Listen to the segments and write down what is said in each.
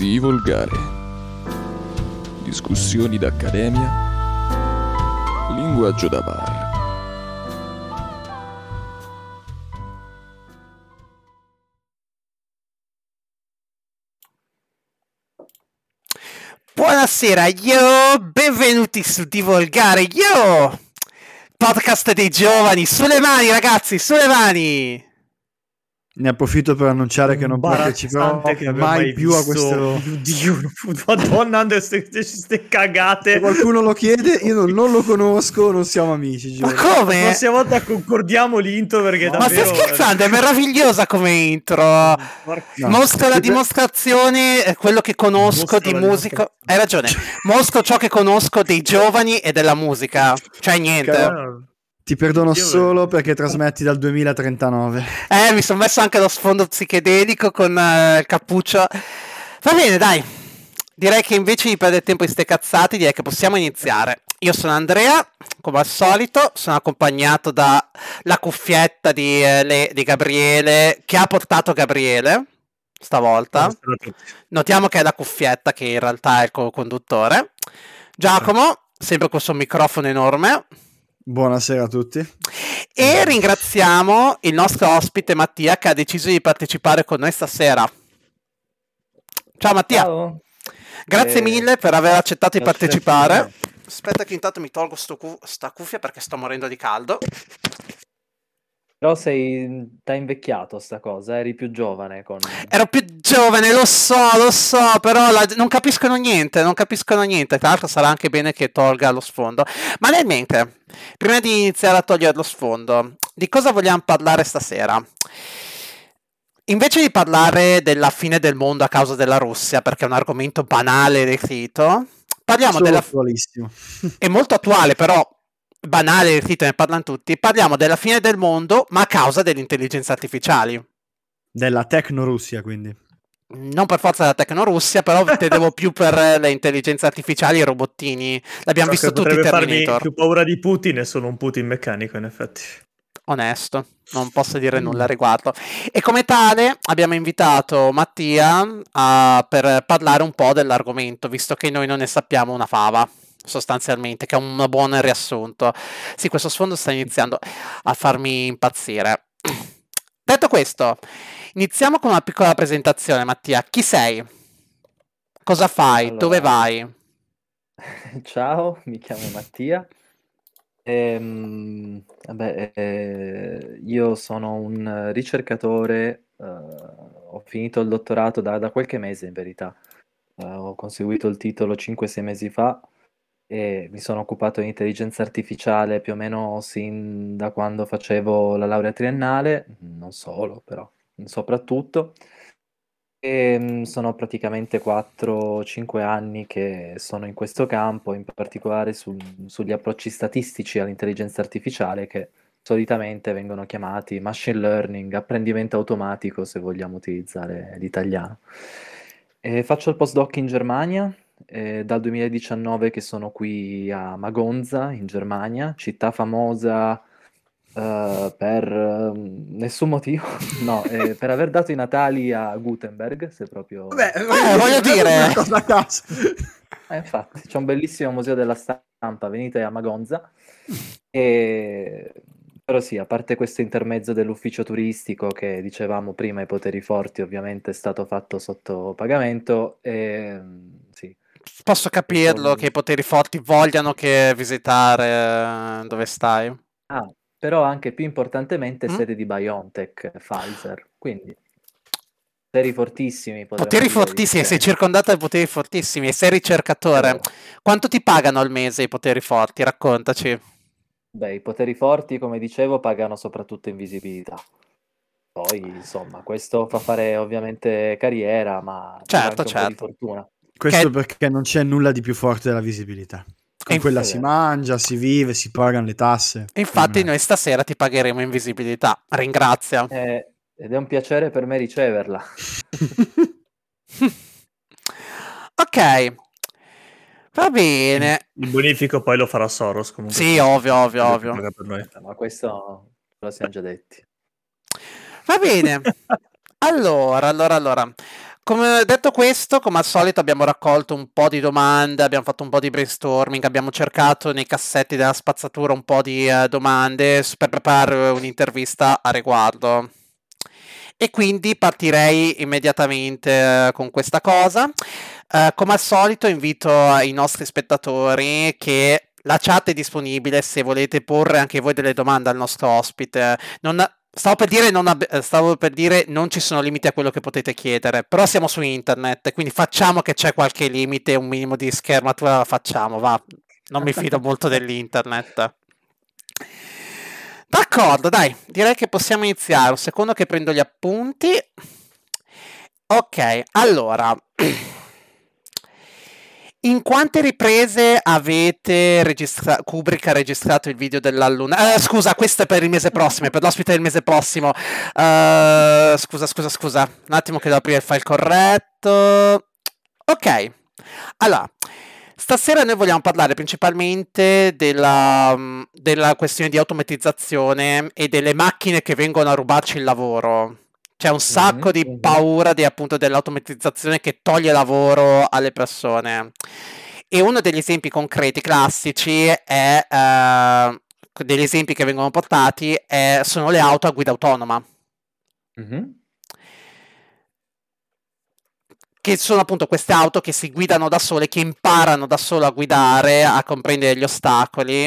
Di volgare. Discussioni d'accademia. Linguaggio da bar. Buonasera, benvenuti su Di volgare, podcast dei giovani. Sulle mani, ragazzi, sulle mani. Ne approfitto per annunciare che non parteciperò mai più a questo. Madonna, queste cagate. Se qualcuno lo chiede, io non lo conosco, non siamo amici. Ma come? La prossima volta concordiamo l'intro perché Ma davvero... stai scherzando? È meravigliosa come intro. No. Mostro la dimostrazione, quello che conosco di musica. Hai ragione. Mostro ciò che conosco dei giovani e della musica. Cioè niente. Ti perdono solo perché trasmetti dal 2039. Mi sono messo anche lo sfondo psichedelico con il cappuccio. Va bene, dai. Direi che invece di perdere tempo in ste cazzate, direi che possiamo iniziare. Io sono Andrea, come al solito, sono accompagnato dalla cuffietta di Gabriele, che ha portato Gabriele stavolta. Notiamo che è la cuffietta che in realtà è il conduttore. Giacomo, sempre con il suo microfono enorme. Buonasera a tutti. E ringraziamo il nostro ospite Mattia che ha deciso di partecipare con noi stasera. Ciao Mattia. Ciao. Grazie mille per aver accettato di partecipare. Aspetta che intanto mi tolgo sta cuffia perché sto morendo di caldo. Però t'hai invecchiato sta cosa, eri più giovane Ero più giovane, lo so, però non capiscono niente. Tra l'altro sarà anche bene che tolga lo sfondo. Ma nel mentre, prima di iniziare a togliere lo sfondo, di cosa vogliamo parlare stasera? Invece di parlare della fine del mondo a causa della Russia, perché è un argomento banale e recito, parliamo attualissimo. È molto attuale, però banale, ne parlano tutti. Parliamo della fine del mondo, ma a causa delle intelligenze artificiali. Della Tecnorussia, quindi. Non per forza della Tecnorussia, però vedevo più per le intelligenze artificiali e i robottini. L'abbiamo visto tutti in Terminator. Farmi più paura di Putin e sono un Putin meccanico, in effetti. Onesto, non posso dire nulla a riguardo. E come tale abbiamo invitato Mattia per parlare un po' dell'argomento, visto che noi non ne sappiamo una fava, sostanzialmente, che è un buon riassunto. Sì, questo sfondo sta iniziando a farmi impazzire. Detto questo, iniziamo con una piccola presentazione. Mattia, chi sei? Cosa fai? Allora, dove vai? Ciao, mi chiamo Mattia. Io sono un ricercatore, ho finito il dottorato da qualche mese in verità. Ho conseguito il titolo 5-6 mesi fa e mi sono occupato di intelligenza artificiale più o meno sin da quando facevo la laurea triennale, non solo però, soprattutto. E sono praticamente 4-5 anni che sono in questo campo, in particolare sugli approcci statistici all'intelligenza artificiale che solitamente vengono chiamati machine learning, apprendimento automatico se vogliamo utilizzare l'italiano. Faccio il postdoc in Germania, dal 2019 che sono qui a Magonza in Germania, città famosa per nessun motivo, no, per aver dato i natali a Gutenberg, se proprio... voglio dire... Cosa a caso. Infatti, c'è un bellissimo museo della stampa, venite a Magonza. Però sì, a parte questo intermezzo dell'ufficio turistico che dicevamo prima, i poteri forti ovviamente è stato fatto sotto pagamento, sì. Posso capirlo che i poteri forti vogliano che visitare dove stai. Però anche più importantemente sede di BioNTech, Pfizer, quindi poteri fortissimi. Poteri fortissimi, sei circondato da poteri fortissimi e sei ricercatore. Quanto ti pagano al mese i poteri forti? Raccontaci. Beh, i poteri forti, come dicevo, pagano soprattutto in visibilità. Poi, insomma, questo fa fare ovviamente carriera, ma certo, anche un po' di fortuna. Questo perché non c'è nulla di più forte della visibilità. Con quella si mangia, si vive, si pagano le tasse. Infatti noi stasera ti pagheremo in visibilità. Ringrazia. Ed è un piacere per me riceverla. Ok. Va bene. Il bonifico poi lo farà Soros comunque. Sì, ovvio. Per noi. Ma questo lo siamo già detti. Va bene. Allora. come detto questo, come al solito abbiamo raccolto un po' di domande, abbiamo fatto un po' di brainstorming, abbiamo cercato nei cassetti della spazzatura un po' di domande per preparare un'intervista a riguardo. E quindi partirei immediatamente con questa cosa. Come al solito invito i nostri spettatori che la chat è disponibile se volete porre anche voi delle domande al nostro ospite. Stavo per dire non ci sono limiti a quello che potete chiedere, però siamo su internet, quindi facciamo che c'è qualche limite, un minimo di schermatura la facciamo, va. Non mi fido molto dell'internet. D'accordo, dai, direi che possiamo iniziare. Un secondo che prendo gli appunti. Ok, allora. In quante riprese avete Kubrick ha registrato il video della Luna? Scusa, questo è per il mese prossimo, è per l'ospite del mese prossimo. Scusa. Un attimo che devo aprire il file corretto. Ok, allora. Stasera noi vogliamo parlare principalmente della questione di automatizzazione e delle macchine che vengono a rubarci il lavoro. C'è un sacco di paura appunto dell'automatizzazione che toglie lavoro alle persone. E uno degli esempi concreti classici è degli esempi che vengono portati sono le auto a guida autonoma. Che sono appunto queste auto che si guidano da sole, che imparano da solo a guidare, a comprendere gli ostacoli.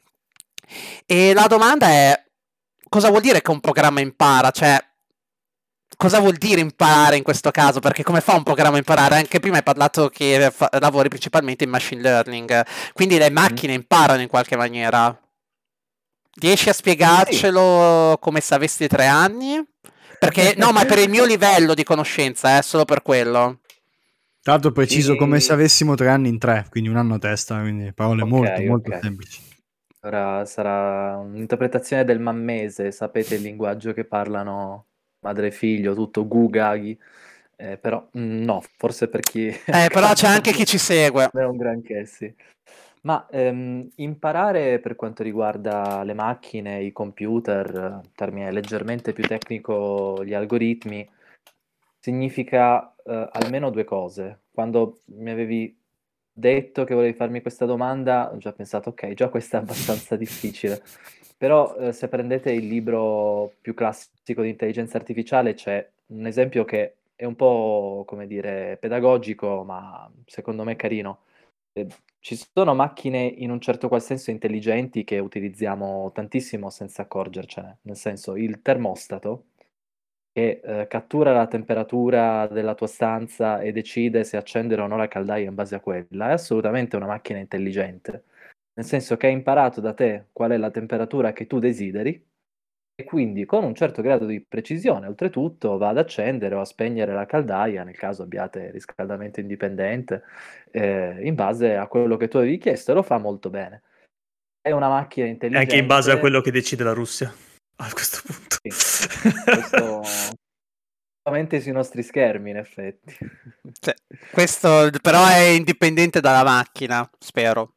E la domanda è: cosa vuol dire che un programma impara? Cioè, cosa vuol dire imparare in questo caso? Perché come fa un programma a imparare? Anche prima hai parlato che lavori principalmente in machine learning, quindi le macchine imparano in qualche maniera. Riesci a spiegarcelo come se avessi 3 anni? Perché no, ma per il mio livello di conoscenza, solo per quello. Tra l'altro preciso come se avessimo 3 anni in 3, quindi un anno a testa, quindi parole molto semplici. Ora sarà un'interpretazione del mammese, sapete il linguaggio che parlano madre e figlio, tutto gugaghi, però no, forse per chi... però c'è anche chi ci segue. È un granché, sì. Ma imparare per quanto riguarda le macchine, i computer, termine leggermente più tecnico, gli algoritmi, significa almeno 2 cose. Quando mi avevi detto che volevi farmi questa domanda, ho già pensato, ok, già questa è abbastanza difficile. Però se prendete il libro più classico di intelligenza artificiale, c'è un esempio che è un po', come dire, pedagogico, ma secondo me carino. Ci sono macchine in un certo qual senso intelligenti che utilizziamo tantissimo senza accorgercene, nel senso il termostato che cattura la temperatura della tua stanza e decide se accendere o no la caldaia in base a quella, è assolutamente una macchina intelligente, nel senso che ha imparato da te qual è la temperatura che tu desideri e quindi con un certo grado di precisione, oltretutto, va ad accendere o a spegnere la caldaia, nel caso abbiate riscaldamento indipendente, in base a quello che tu avevi chiesto e lo fa molto bene. È una macchina intelligente. Anche in base a quello che decide la Russia, a questo punto. Sì, questo... solamente sui nostri schermi, in effetti. Cioè, questo però è indipendente dalla macchina, spero.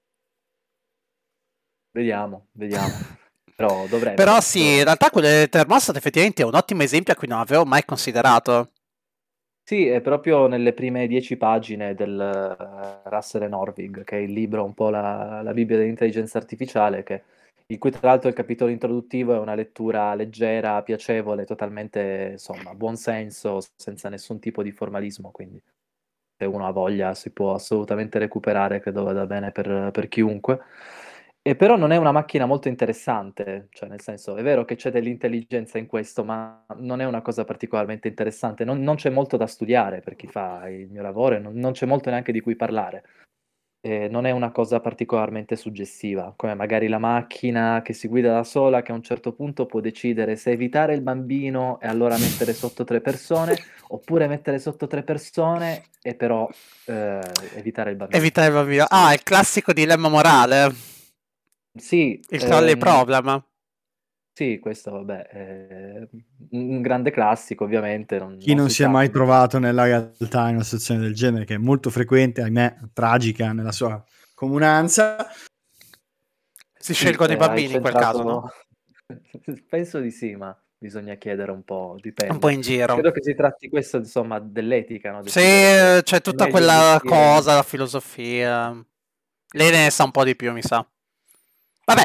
Vediamo. Però dovrebbe. Però sì, in realtà quello del termostato effettivamente è un ottimo esempio a cui non avevo mai considerato. Sì, è proprio nelle prime 10 pagine del Russell e Norvig, che è il libro, un po' la Bibbia dell'intelligenza artificiale, in cui tra l'altro il capitolo introduttivo è una lettura leggera, piacevole, totalmente, insomma, buon senso, senza nessun tipo di formalismo, quindi se uno ha voglia si può assolutamente recuperare, credo vada bene per chiunque. E però non è una macchina molto interessante, cioè nel senso è vero che c'è dell'intelligenza in questo, ma non è una cosa particolarmente interessante, non c'è molto da studiare per chi fa il mio lavoro, e non c'è molto neanche di cui parlare. Non è una cosa particolarmente suggestiva, come magari la macchina che si guida da sola, che a un certo punto può decidere se evitare il bambino e allora mettere sotto 3 persone, oppure mettere sotto 3 persone e però evitare il bambino. Evitare il bambino. Ah, il classico dilemma morale. Sì. Il trolley problem. Sì, questo vabbè, è un grande classico ovviamente. Chi non si è mai trovato nella realtà in una situazione del genere, che è molto frequente, ahimè, tragica nella sua comunanza. Si scelgono i bambini in quel caso, no? Penso di sì, ma bisogna chiedere un po', un dipende. po' in giro. Credo che si tratti questo, insomma, dell'etica, no? Sì, Decidere se c'è è tutta meglio quella investire. cosa, la filosofia. Lei ne sa un po' di più, mi sa. Vabbè.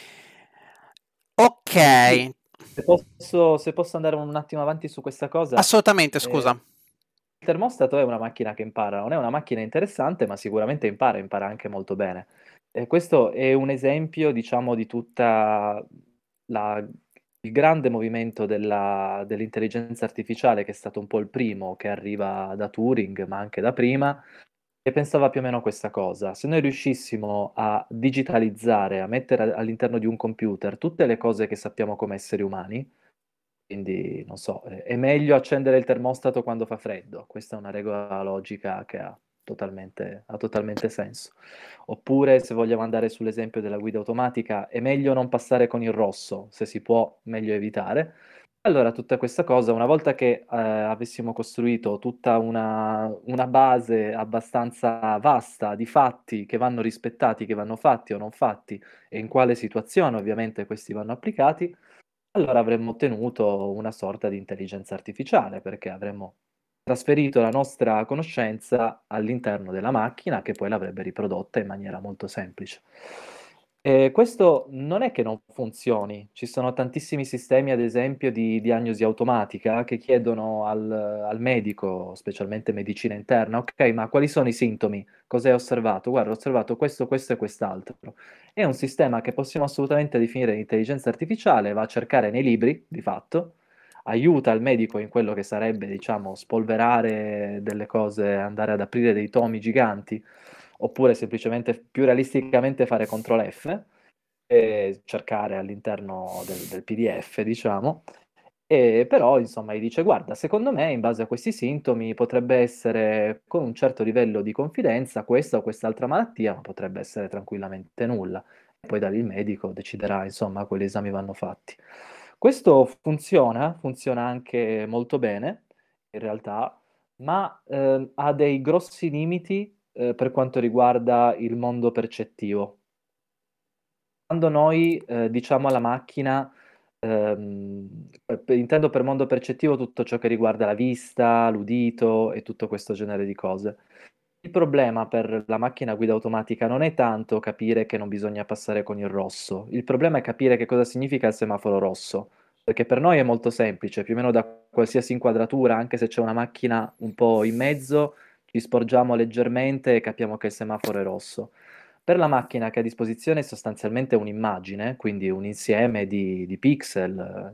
Ok. Sì, se posso andare un attimo avanti su questa cosa, Assolutamente, il scusa. termostato è una macchina che impara, non è una macchina interessante, ma sicuramente impara anche molto bene. E questo è un esempio, diciamo, di tutta il grande movimento dell'intelligenza artificiale, che è stato un po' il primo, che arriva da Turing, ma anche da prima, e pensava più o meno a questa cosa. Se noi riuscissimo a digitalizzare, a mettere all'interno di un computer tutte le cose che sappiamo come esseri umani, quindi non so, è meglio accendere il termostato quando fa freddo. Questa è una regola logica che ha totalmente senso. Oppure, se vogliamo andare sull'esempio della guida automatica, è meglio non passare con il rosso, se si può, meglio evitare. Allora, tutta questa cosa, una volta che avessimo costruito tutta una base abbastanza vasta di fatti che vanno rispettati, che vanno fatti o non fatti, e in quale situazione ovviamente questi vanno applicati, allora avremmo ottenuto una sorta di intelligenza artificiale, perché avremmo trasferito la nostra conoscenza all'interno della macchina, che poi l'avrebbe riprodotta in maniera molto semplice. Questo non è che non funzioni, ci sono tantissimi sistemi, ad esempio, di diagnosi automatica che chiedono al medico, specialmente medicina interna, ok, ma quali sono i sintomi? Cosa hai osservato? Guarda, ho osservato questo, questo e quest'altro. È un sistema che possiamo assolutamente definire di intelligenza artificiale, va a cercare nei libri, di fatto, aiuta il medico in quello che sarebbe, diciamo, spolverare delle cose, andare ad aprire dei tomi giganti, oppure semplicemente più realisticamente fare CTRL F e cercare all'interno del PDF, diciamo. E però, insomma, gli dice: guarda, secondo me, in base a questi sintomi, potrebbe essere con un certo livello di confidenza questa o quest'altra malattia, ma potrebbe essere tranquillamente nulla. E poi da lì il medico deciderà, insomma, quali esami vanno fatti. Questo funziona anche molto bene, in realtà, ma ha dei grossi limiti per quanto riguarda il mondo percettivo. Quando noi diciamo alla macchina, intendo per mondo percettivo tutto ciò che riguarda la vista, l'udito e tutto questo genere di cose. Il problema per la macchina guida automatica non è tanto capire che non bisogna passare con il rosso, il problema è capire che cosa significa il semaforo rosso, perché per noi è molto semplice, più o meno da qualsiasi inquadratura, anche se c'è una macchina un po' in mezzo, ci sporgiamo leggermente e capiamo che il semaforo è rosso. Per la macchina che ha a disposizione sostanzialmente un'immagine, quindi un insieme di pixel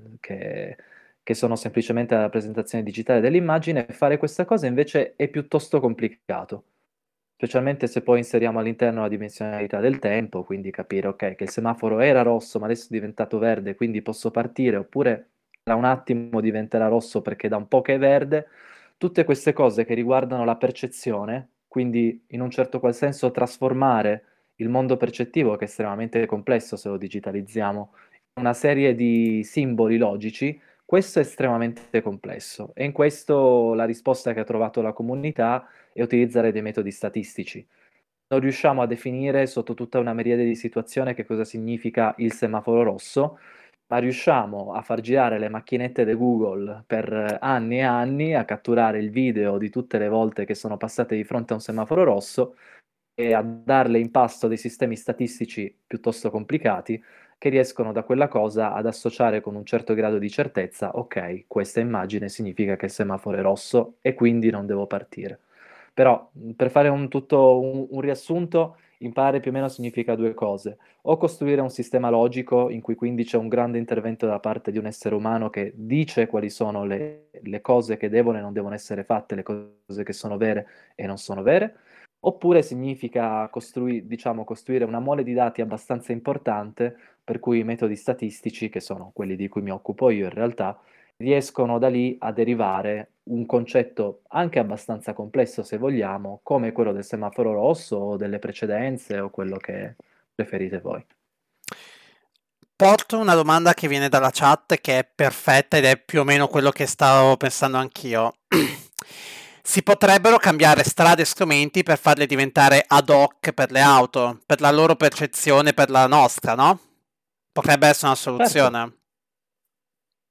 che sono semplicemente la rappresentazione digitale dell'immagine, fare questa cosa invece è piuttosto complicato, specialmente se poi inseriamo all'interno la dimensionalità del tempo, quindi capire, ok, che il semaforo era rosso ma adesso è diventato verde, quindi posso partire, oppure tra un attimo diventerà rosso perché da un po' che è verde. Tutte queste cose che riguardano la percezione, quindi in un certo qual senso trasformare il mondo percettivo, che è estremamente complesso se lo digitalizziamo, in una serie di simboli logici, questo è estremamente complesso. E in questo la risposta che ha trovato la comunità è utilizzare dei metodi statistici. Non riusciamo a definire sotto tutta una miriade di situazioni che cosa significa il semaforo rosso, ma riusciamo a far girare le macchinette di Google per anni e anni, a catturare il video di tutte le volte che sono passate di fronte a un semaforo rosso e a darle in pasto dei sistemi statistici piuttosto complicati che riescono da quella cosa ad associare con un certo grado di certezza, ok, questa immagine significa che il semaforo è rosso e quindi non devo partire. Però, per fare un riassunto, imparare più o meno significa due cose: o costruire un sistema logico in cui quindi c'è un grande intervento da parte di un essere umano che dice quali sono le cose che devono e non devono essere fatte, le cose che sono vere e non sono vere, oppure significa diciamo, costruire una mole di dati abbastanza importante, per cui i metodi statistici, che sono quelli di cui mi occupo io in realtà, riescono da lì a derivare un concetto anche abbastanza complesso, se vogliamo, come quello del semaforo rosso o delle precedenze o quello che preferite voi. Porto una domanda che viene dalla chat che è perfetta ed è più o meno quello che stavo pensando anch'io. Si potrebbero cambiare strade e strumenti per farle diventare ad hoc per le auto, per la loro percezione, per la nostra, no? Potrebbe essere una Certo. soluzione.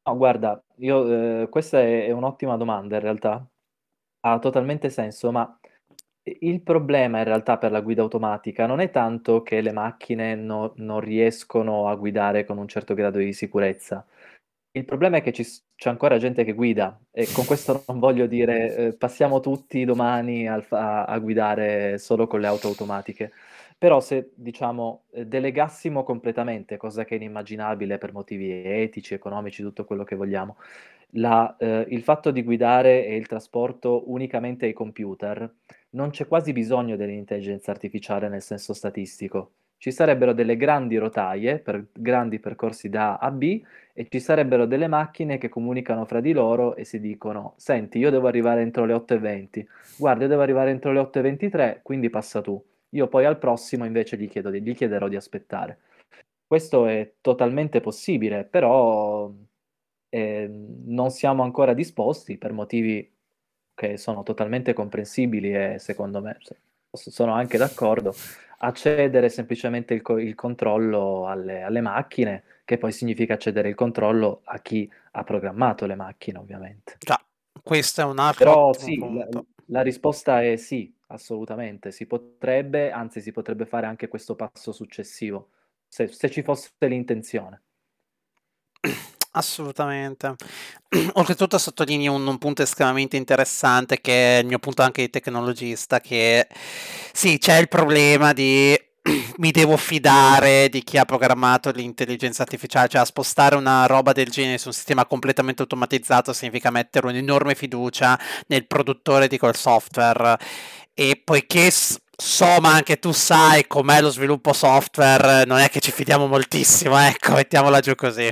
No, guarda, questa è un'ottima domanda in realtà, ha totalmente senso, ma il problema in realtà per la guida automatica non è tanto che le macchine non riescono a guidare con un certo grado di sicurezza. Il problema è che c'è ancora gente che guida e con questo non voglio dire passiamo tutti domani a guidare solo con le auto automatiche. Però se diciamo delegassimo completamente, cosa che è inimmaginabile per motivi etici, economici, tutto quello che vogliamo, il fatto di guidare e il trasporto unicamente ai computer, non c'è quasi bisogno dell'intelligenza artificiale nel senso statistico. Ci sarebbero delle grandi rotaie per grandi percorsi da A a B e ci sarebbero delle macchine che comunicano fra di loro e si dicono: Senti, io devo arrivare entro le 8:20, guarda, io devo arrivare entro le 8:23, quindi passa tu. Io poi al prossimo invece gli chiederò di aspettare. Questo è totalmente possibile, però non siamo ancora disposti per motivi che sono totalmente comprensibili e secondo me sono anche d'accordo a cedere semplicemente il controllo alle macchine, che poi significa cedere il controllo a chi ha programmato le macchine, ovviamente. Già, questo è un altro Però ottimo sì, punto. la risposta è sì, assolutamente. Si potrebbe, anzi si potrebbe fare anche questo passo successivo, se ci fosse l'intenzione. Assolutamente. Oltretutto sottolinei un punto estremamente interessante che è il mio punto anche di tecnologista, che sì, c'è il problema di mi devo fidare di chi ha programmato l'intelligenza artificiale, cioè spostare una roba del genere su un sistema completamente automatizzato significa mettere un'enorme fiducia nel produttore di quel software e poiché so, ma anche tu sai com'è lo sviluppo software, non è che ci fidiamo moltissimo, ecco, mettiamola giù così.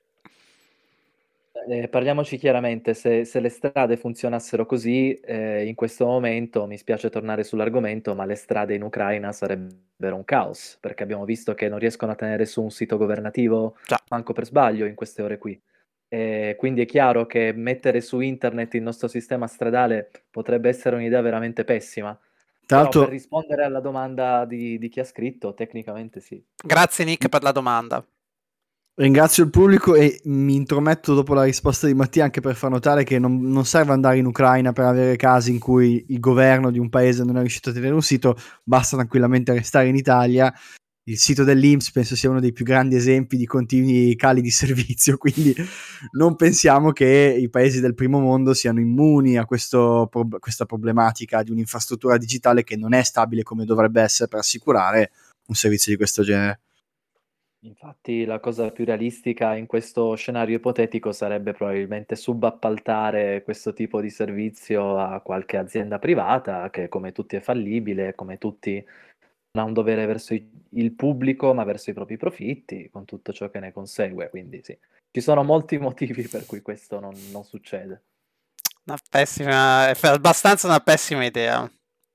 Parliamoci chiaramente, se le strade funzionassero così, in questo momento, mi spiace tornare sull'argomento, ma le strade in Ucraina sarebbero un caos, perché abbiamo visto che non riescono a tenere su un sito governativo Già. manco per sbaglio in queste ore qui. Quindi è chiaro che mettere su internet il nostro sistema stradale potrebbe essere un'idea veramente pessima, Tra però per l'altro rispondere alla domanda di chi ha scritto, tecnicamente sì. Grazie Nick per la domanda. ringrazio il pubblico e mi intrometto dopo la risposta di Mattia anche per far notare che non serve andare in Ucraina per avere casi in cui il governo di un paese non è riuscito a tenere un sito, basta tranquillamente restare in Italia. Il sito dell'INPS penso sia uno dei più grandi esempi di continui cali di servizio, quindi non pensiamo che i paesi del primo mondo siano immuni a questa problematica di un'infrastruttura digitale che non è stabile come dovrebbe essere per assicurare un servizio di questo genere. Infatti la cosa più realistica in questo scenario ipotetico sarebbe probabilmente subappaltare questo tipo di servizio a qualche azienda privata che come tutti è fallibile, come tutti non ha un dovere verso il pubblico ma verso i propri profitti, con tutto ciò che ne consegue. Quindi sì, ci sono molti motivi per cui questo non succede. È abbastanza una pessima idea.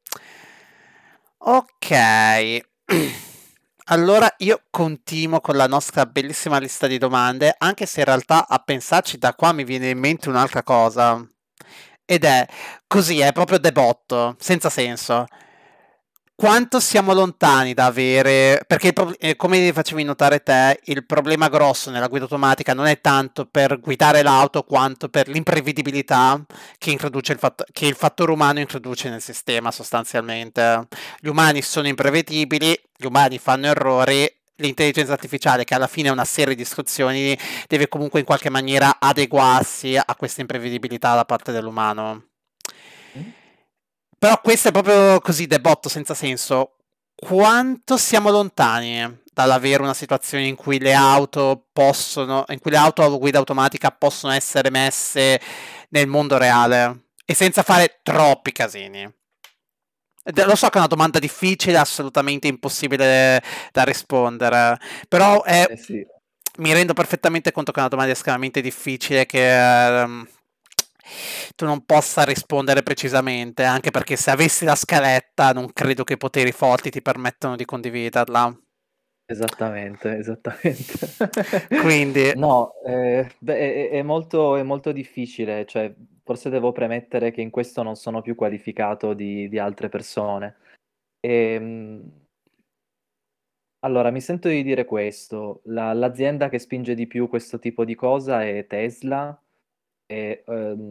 Ok. Allora io continuo con la nostra bellissima lista di domande, anche se in realtà a pensarci da qua mi viene in mente un'altra cosa. Ed è così, è proprio debotto, senza senso. Quanto siamo lontani da avere, perché come facevi notare te, il problema grosso nella guida automatica non è tanto per guidare l'auto quanto per l'imprevedibilità che introduce che il fattore umano introduce nel sistema sostanzialmente. Gli umani sono imprevedibili, gli umani fanno errori, l'intelligenza artificiale che alla fine è una serie di istruzioni deve comunque in qualche maniera adeguarsi a questa imprevedibilità da parte dell'umano. Mm? Però questo è proprio così debotto, senza senso. Quanto siamo lontani dall'avere una situazione in cui le auto in cui le auto a guida automatica possono essere messe nel mondo reale e senza fare troppi casini? Lo so che è una domanda difficile, assolutamente impossibile da rispondere, però Eh sì. mi rendo perfettamente conto che è una domanda estremamente difficile che tu non possa rispondere precisamente, anche perché se avessi la scaletta non credo che i poteri forti ti permettano di condividerla. Esattamente, esattamente. Quindi, No, beh, è molto difficile, cioè, forse devo premettere che in questo non sono più qualificato di altre persone. Ehm, Allora, mi sento di dire questo. L'azienda che spinge di più questo tipo di cosa è Tesla e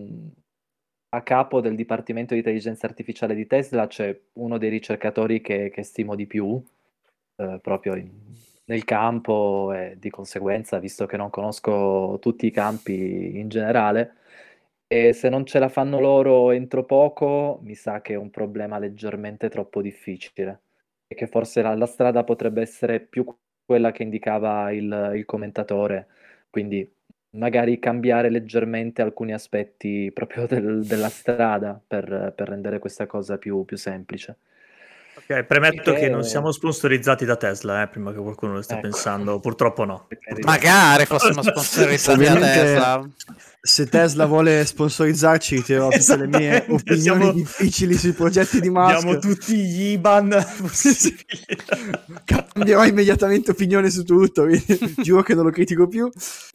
a capo del Dipartimento di Intelligenza Artificiale di Tesla c'è uno dei ricercatori che stimo di più, proprio nel campo e di conseguenza, visto che non conosco tutti i campi in generale, e se non ce la fanno loro entro poco, mi sa che è un problema leggermente troppo difficile e che forse la strada potrebbe essere più quella che indicava il commentatore, quindi magari cambiare leggermente alcuni aspetti proprio della strada per rendere questa cosa più semplice. Ok, premetto che non Perché, siamo sponsorizzati da Tesla, prima che qualcuno lo stia ecco, pensando. Purtroppo no. per carità. Magari fossimo sponsorizzati da Ovviamente, Tesla. se Tesla vuole sponsorizzarci, ritirerò tutte le mie Esattamente, opinioni difficili sui progetti di diamo Musk. tutti gli IBAN possibili. Cambierò immediatamente opinione su tutto, quindi giuro che non lo critico più.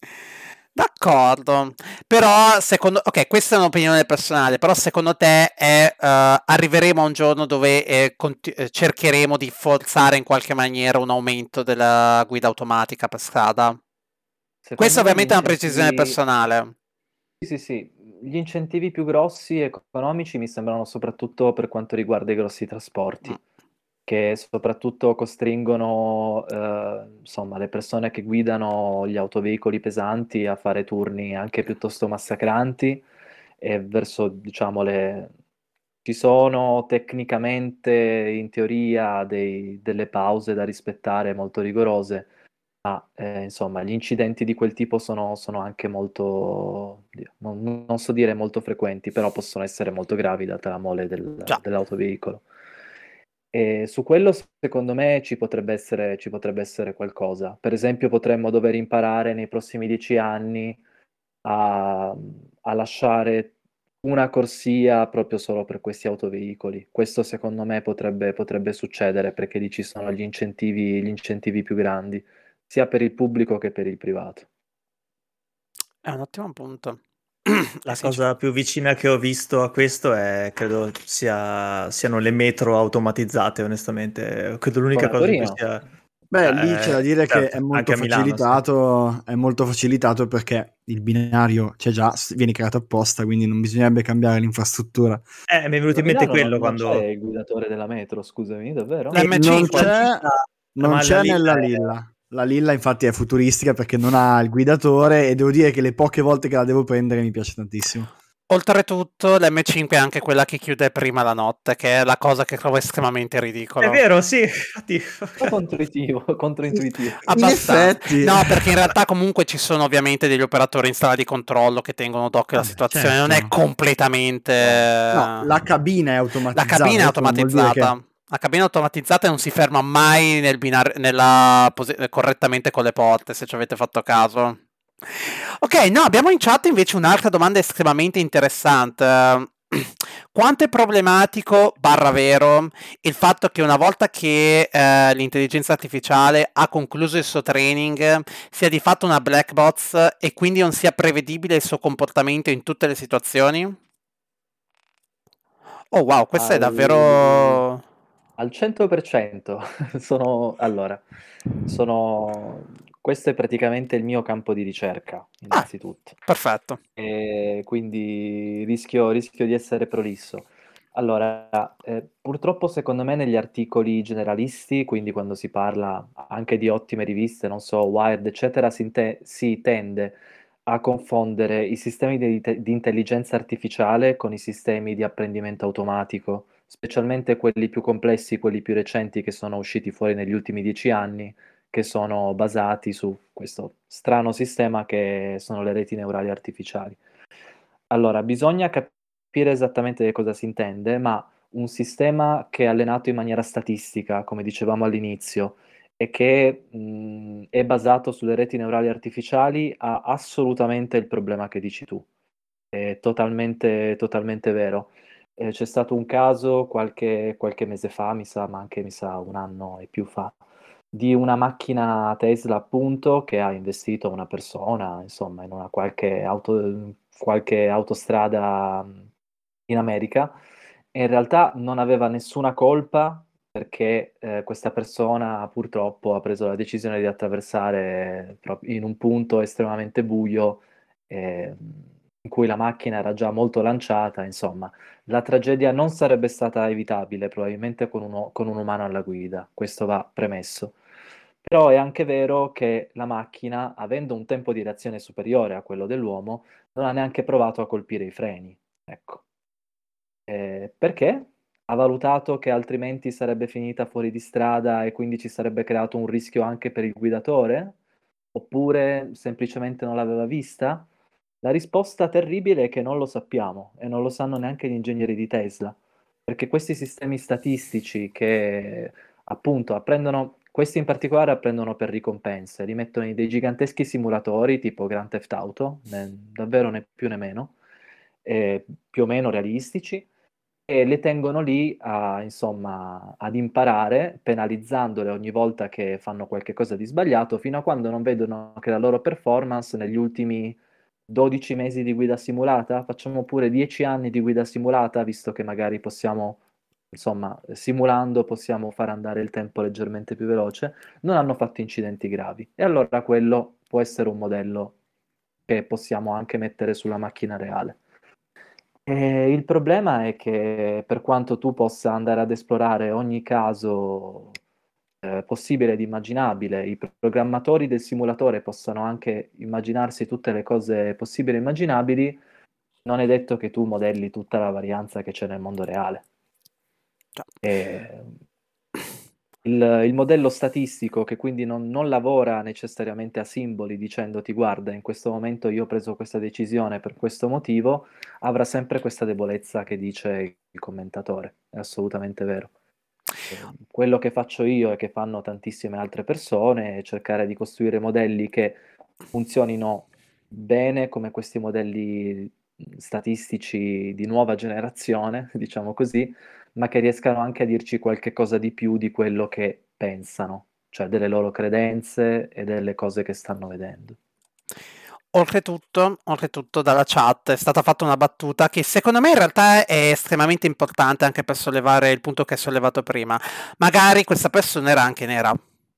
D'accordo, però secondo, ok, questa è un'opinione personale, però secondo te arriveremo a un giorno dove cercheremo di forzare in qualche maniera un aumento della guida automatica per strada? Questa Secondo me gli ovviamente è una precisione incentivi, personale. sì, sì, sì, gli incentivi più grossi e economici mi sembrano soprattutto per quanto riguarda i grossi Mm. trasporti, che soprattutto costringono, insomma, le persone che guidano gli autoveicoli pesanti a fare turni anche piuttosto massacranti e verso, diciamo, ci sono tecnicamente, in teoria, delle pause da rispettare molto rigorose, ma insomma, gli incidenti di quel tipo sono anche molto, oddio, non so dire molto frequenti, però possono essere molto gravi data la mole Già. dell'autoveicolo. E su quello secondo me ci potrebbe essere qualcosa. Per esempio, potremmo dover imparare nei prossimi 10 anni a lasciare una corsia proprio solo per questi autoveicoli. Questo secondo me potrebbe succedere perché lì ci sono gli incentivi più grandi, sia per il pubblico che per il privato. È un ottimo punto. La Sì, cosa più vicina che ho visto a questo credo siano le metro automatizzate, onestamente. Credo l'unica Come a cosa in cui Torino? sia... Beh, lì c'è da dire che certo, anche è molto facilitato perché il binario c'è già, viene creato apposta, quindi non bisognerebbe cambiare l'infrastruttura. Mi è venuto Ma a in mente Milano quello non c'è quando... il guidatore della metro, scusami, davvero? E non L'M5. c'è, non Ma la c'è Lilla nella è... Lilla. La Lilla infatti è futuristica perché non ha il guidatore e devo dire che le poche volte che la devo prendere mi piace tantissimo. Oltretutto, l'M5 è anche quella che chiude prima la notte, che è la cosa che trovo estremamente È ridicola. vero, sì, infatti... Controintuitivo. In Abbastanza. effetti, No, perché in realtà comunque ci sono ovviamente degli operatori in sala di controllo che tengono d'occhio la vabbè, situazione, non è certo. completamente... No, la cabina è La cabina automatizzata, è adesso non vuol dire che... automatizzata. La cabina è automatizzata e non si ferma mai correttamente con le porte, se ci avete fatto caso. Ok, no, abbiamo in chat invece un'altra domanda estremamente interessante. Quanto è problematico, barra vero, il fatto che una volta che l'intelligenza artificiale ha concluso il suo training sia di fatto una black box e quindi non sia prevedibile il suo comportamento in tutte le situazioni? Oh wow, questa è Al, davvero... al 100%. Allora, questo è praticamente il mio campo di ricerca, Ah, innanzitutto. perfetto. E quindi rischio di essere prolisso. Allora, purtroppo secondo me negli articoli generalisti, quindi quando si parla anche di ottime riviste, non so, Wired, eccetera, si tende a confondere i sistemi di intelligenza artificiale con i sistemi di apprendimento automatico, specialmente quelli più complessi, quelli più recenti che sono usciti fuori negli ultimi 10 anni, che sono basati su questo strano sistema che sono le reti neurali artificiali. Allora, bisogna capire esattamente che cosa si intende, ma un sistema che è allenato in maniera statistica, come dicevamo all'inizio, e che è basato sulle reti neurali artificiali, ha assolutamente il problema che dici tu. È totalmente, totalmente vero. C'è stato un caso qualche mese fa, mi sa, ma anche mi sa un anno e più fa, di una macchina Tesla, appunto, che ha investito una persona, insomma, in una qualche autostrada in America, e in realtà non aveva nessuna colpa perché questa persona purtroppo ha preso la decisione di attraversare in un punto estremamente buio, in cui la macchina era già molto lanciata, insomma. La tragedia non sarebbe stata evitabile, probabilmente con un umano alla guida, questo va premesso. Però è anche vero che la macchina, avendo un tempo di reazione superiore a quello dell'uomo, non ha neanche provato a colpire i freni. Ecco. Perché? Ha valutato che altrimenti sarebbe finita fuori di strada e quindi ci sarebbe creato un rischio anche per il guidatore? Oppure semplicemente non l'aveva vista? La risposta terribile è che non lo sappiamo e non lo sanno neanche gli ingegneri di Tesla, perché questi sistemi statistici che appunto apprendono, questi in particolare apprendono per ricompense, li mettono in dei giganteschi simulatori tipo Grand Theft Auto, davvero né più né meno, più o meno realistici, e le tengono lì insomma, ad imparare, penalizzandole ogni volta che fanno qualche cosa di sbagliato, fino a quando non vedono che la loro performance negli ultimi 12 mesi di guida simulata, facciamo pure 10 anni di guida simulata, visto che magari possiamo, insomma, simulando possiamo far andare il tempo leggermente più veloce, non hanno fatto incidenti gravi. E allora quello può essere un modello che possiamo anche mettere sulla macchina reale. Il problema è che per quanto tu possa andare ad esplorare ogni caso possibile ed immaginabile, i programmatori del simulatore possano anche immaginarsi tutte le cose possibili e immaginabili, non è detto che tu modelli tutta la varianza che c'è nel mondo reale. Già. E il modello statistico, che quindi non lavora necessariamente a simboli dicendoti guarda, in questo momento io ho preso questa decisione per questo motivo, avrà sempre questa debolezza che dice il commentatore. È assolutamente vero. Quello che faccio io e che fanno tantissime altre persone è cercare di costruire modelli che funzionino bene come questi modelli statistici di nuova generazione, diciamo così, ma che riescano anche a dirci qualche cosa di più di quello che pensano, cioè delle loro credenze e delle cose che stanno vedendo. Oltretutto dalla chat è stata fatta una battuta che secondo me in realtà è estremamente importante anche per sollevare il punto che hai sollevato prima. Magari questa persona era anche nera.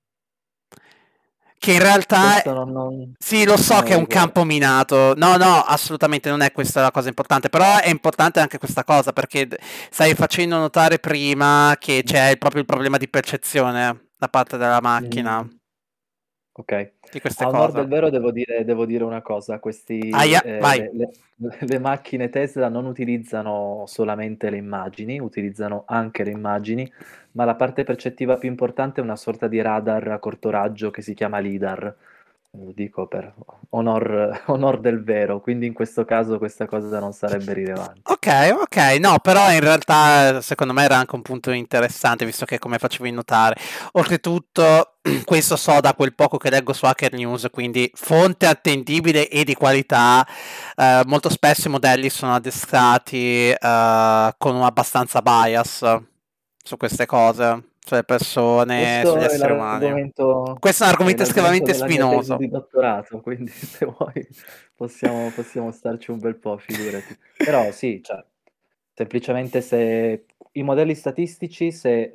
Che in realtà Questo non sì, lo so non che è ho un idea. campo minato. No, no, assolutamente non è questa la cosa importante. Però è importante anche questa cosa perché stai facendo notare prima che c'è proprio il problema di percezione da parte della macchina Mhm. Ok, di queste a onor cose. del vero devo dire una cosa, Aia, vai. le macchine Tesla non utilizzano solamente le immagini, utilizzano anche le immagini, ma la parte percettiva più importante è una sorta di radar a corto raggio che si chiama LIDAR, lo dico per onor del vero, quindi in questo caso questa cosa non sarebbe rilevante. Ok, ok, no, però in realtà secondo me era anche un punto interessante, visto che come facevi notare. Oltretutto, questo so da quel poco che leggo su Hacker News, quindi fonte attendibile e di qualità. Molto spesso i modelli sono addestrati con un abbastanza bias su queste cose, sulle persone, sugli Questo è esseri umani. Questo è un argomento l'argomento estremamente della mia tesi spinoso. di dottorato, quindi se vuoi possiamo starci un bel po', figurati. Però sì, cioè, semplicemente se i modelli statistici,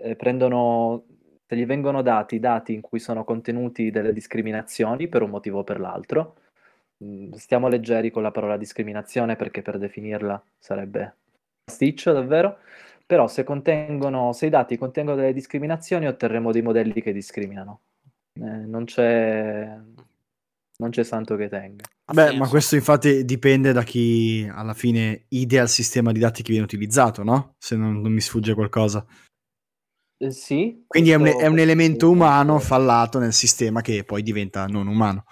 se gli vengono dati dati in cui sono contenuti delle discriminazioni per un motivo o per l'altro, stiamo leggeri con la parola discriminazione perché per definirla sarebbe pasticcio davvero, però se i dati contengono delle discriminazioni otterremo dei modelli che discriminano. Non c'è santo che tenga. Ha Beh, ma senso. questo infatti dipende da chi alla fine idea il sistema di dati che viene utilizzato, no? Se non mi sfugge qualcosa. Sì, Quindi è un questo elemento assolutamente umano vero. fallato nel sistema che poi diventa non umano.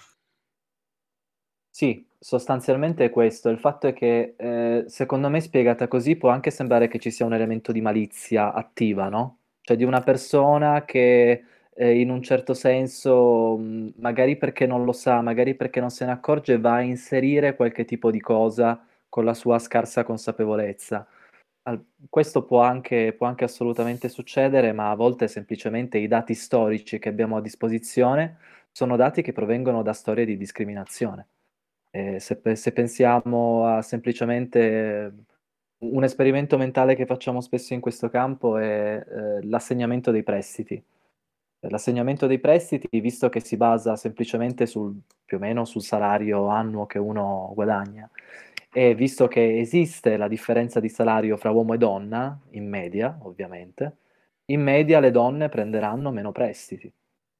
Sì, sostanzialmente è questo. Il fatto è che, secondo me, spiegata così, può anche sembrare che ci sia un elemento di malizia attiva, no? Cioè di una persona che, in un certo senso, magari perché non lo sa, magari perché non se ne accorge, va a inserire qualche tipo di cosa con la sua scarsa consapevolezza. Questo può anche assolutamente succedere, ma a volte semplicemente i dati storici che abbiamo a disposizione sono dati che provengono da storie di discriminazione. Se pensiamo a semplicemente Un esperimento mentale che facciamo spesso in questo campo è l'assegnamento dei prestiti. L'assegnamento dei prestiti, visto che si basa semplicemente più o meno sul salario annuo che uno guadagna, e visto che esiste la differenza di salario fra uomo e donna, in media, ovviamente, in media le donne prenderanno meno prestiti.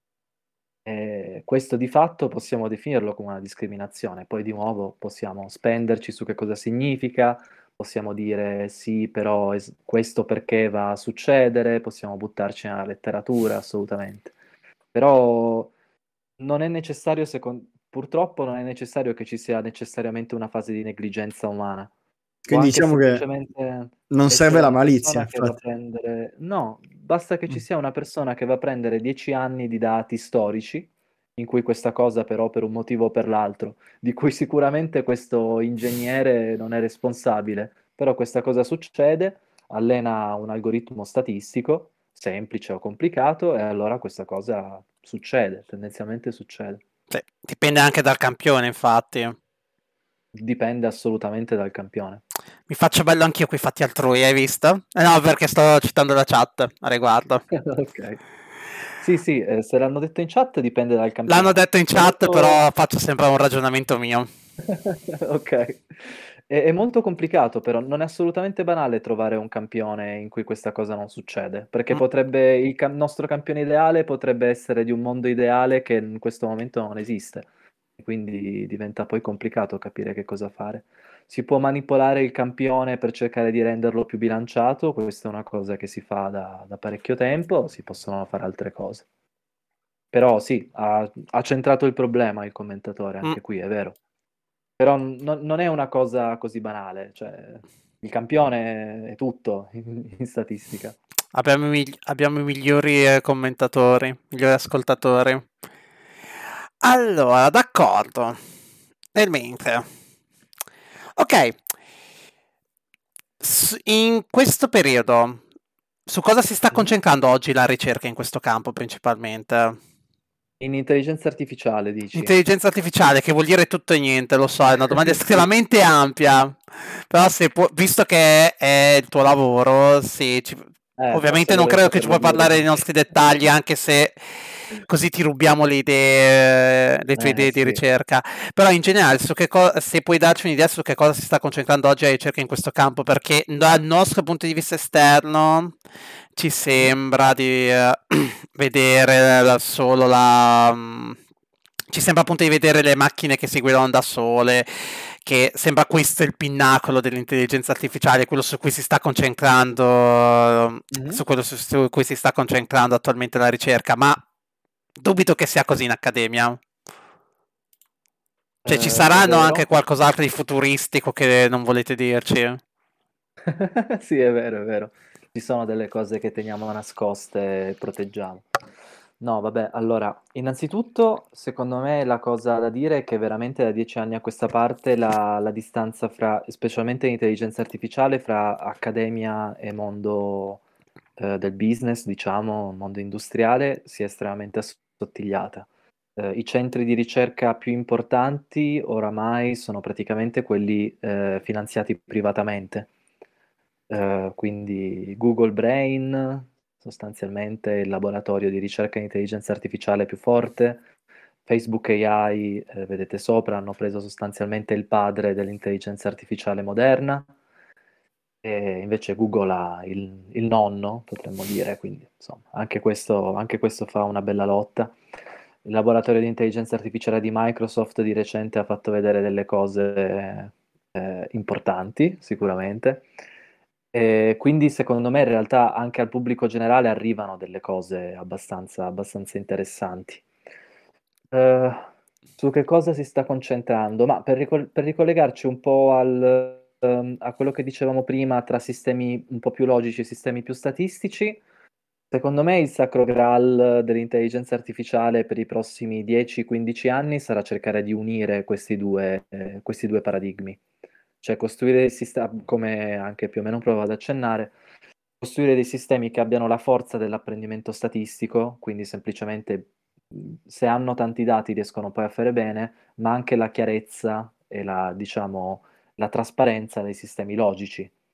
Questo di fatto possiamo definirlo come una discriminazione, poi di nuovo possiamo spenderci su che cosa significa, possiamo dire sì, però questo perché va a succedere, possiamo buttarci nella letteratura, assolutamente. Però non è necessario, purtroppo non è necessario che ci sia necessariamente una fase di negligenza umana. Può Quindi anche diciamo che semplicemente non serve essere la una malizia, persona che va a infatti. prendere... No, basta che ci Mm. sia una persona che va a prendere 10 anni di dati storici, in cui questa cosa però per un motivo o per l'altro, di cui sicuramente questo ingegnere non è responsabile, però questa cosa succede, allena un algoritmo statistico, semplice o complicato, e allora questa cosa succede, tendenzialmente succede. Sì, dipende anche dal campione, infatti. Dipende assolutamente dal campione. Mi faccio bello anch'io coi fatti altrui, hai visto? No, perché sto citando la chat a riguardo. Ok. Sì, sì, se l'hanno detto in chat dipende dal L'hanno campione. detto in È chat, molto... però faccio sempre un ragionamento mio. Ok. È molto complicato, però non è assolutamente banale trovare un campione in cui questa cosa non succede, perché Mm. potrebbe, nostro campione ideale potrebbe essere di un mondo ideale che in questo momento non esiste. Quindi diventa poi complicato capire che cosa fare. Si può manipolare il campione per cercare di renderlo più bilanciato, questa è una cosa che si fa da parecchio tempo, si possono fare altre cose. Però sì, ha centrato il problema il commentatore, Mm. anche qui è vero. Però non è una cosa così banale, cioè il campione è tutto in statistica. Abbiamo i migliori commentatori, migliori ascoltatori. Allora, d'accordo. Nel mentre. Ok. In questo periodo, su cosa si sta Mhm. concentrando oggi la ricerca in questo campo principalmente? In intelligenza artificiale, dici? Intelligenza artificiale, che vuol dire tutto e niente, lo so, è una domanda Sì. estremamente ampia, però visto che è il tuo lavoro, sì, Forse ovviamente non dovrei credo che ci saperlo puoi dire. parlare dei nostri dettagli, anche se così ti rubiamo le idee, le tue idee di Sì. ricerca, però in generale, se puoi darci un'idea su che cosa si sta concentrando oggi la ricerca in questo campo, perché dal nostro punto di vista esterno ci Mhm. sembra di vedere solo ci sembra appunto di vedere le macchine che si guidano da sole, che sembra questo il pinnacolo dell'intelligenza artificiale, quello su cui si sta concentrando, Mhm. su quello su cui si sta concentrando attualmente la ricerca, ma dubito che sia così in accademia. Cioè, ci È saranno anche vero. qualcos'altro di futuristico che non volete dirci? Sì, è vero, è vero. Ci sono delle cose che teniamo nascoste e proteggiamo. No, vabbè, allora, innanzitutto, secondo me la cosa da dire è che veramente da 10 anni a questa parte la distanza fra, specialmente l'intelligenza artificiale, fra accademia e mondo del business, diciamo, mondo industriale, si è estremamente assottigliata. I centri di ricerca più importanti oramai sono praticamente quelli finanziati privatamente. Quindi Google Brain, sostanzialmente il laboratorio di ricerca in intelligenza artificiale più forte, Facebook AI, vedete sopra, hanno preso sostanzialmente il padre dell'intelligenza artificiale moderna, e invece Google ha il nonno, potremmo dire, quindi insomma, anche questo fa una bella lotta. Il laboratorio di intelligenza artificiale di Microsoft di recente ha fatto vedere delle cose importanti, sicuramente. E quindi secondo me in realtà anche al pubblico generale arrivano delle cose abbastanza interessanti. Eh, su che cosa si sta concentrando? Ma per ricollegarci un po' a quello che dicevamo prima tra sistemi un po' più logici e sistemi più statistici, secondo me il sacro graal dell'intelligenza artificiale per i prossimi 10-15 anni sarà cercare di unire questi due paradigmi. Cioè costruire dei sistemi, come anche più o meno provo ad accennare, costruire dei sistemi che abbiano la forza dell'apprendimento statistico, quindi semplicemente se hanno tanti dati riescono poi a fare bene, ma anche la chiarezza e diciamo, la trasparenza dei sistemi logici.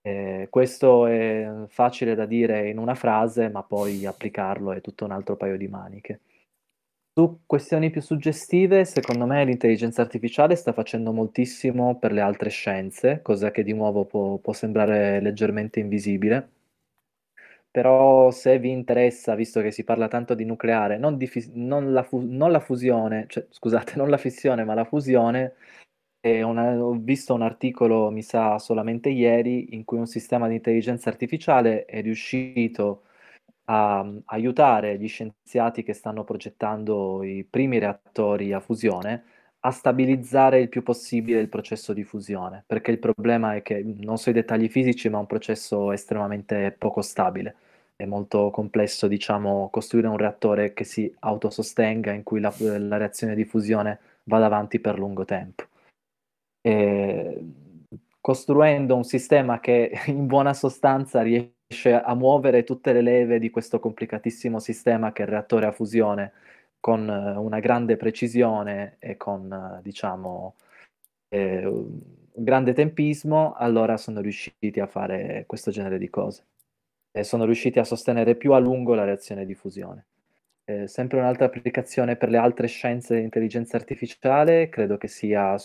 Questo è facile da dire in una frase, ma poi applicarlo è tutto un altro paio di maniche. Su questioni più suggestive, secondo me l'intelligenza artificiale sta facendo moltissimo per le altre scienze, cosa che di nuovo può sembrare leggermente invisibile. Però se vi interessa, visto che si parla tanto di nucleare, non la fusione, cioè scusate, non la fissione, ma la fusione, ho visto un articolo, mi sa solamente ieri, in cui un sistema di intelligenza artificiale è riuscito a aiutare gli scienziati che stanno progettando i primi reattori a fusione a stabilizzare il più possibile il processo di fusione, perché il problema è che, non so i dettagli fisici, ma è un processo estremamente poco stabile. È molto complesso, diciamo, costruire un reattore che si autosostenga, in cui la reazione di fusione vada avanti per lungo tempo. E costruendo un sistema che in buona sostanza riesce a muovere tutte le leve di questo complicatissimo sistema che è il reattore a fusione con una grande precisione e con, diciamo, un grande tempismo, allora sono riusciti a fare questo genere di cose. E sono riusciti a sostenere più a lungo la reazione di fusione. Sempre un'altra applicazione per le altre scienze di intelligenza artificiale, credo che sia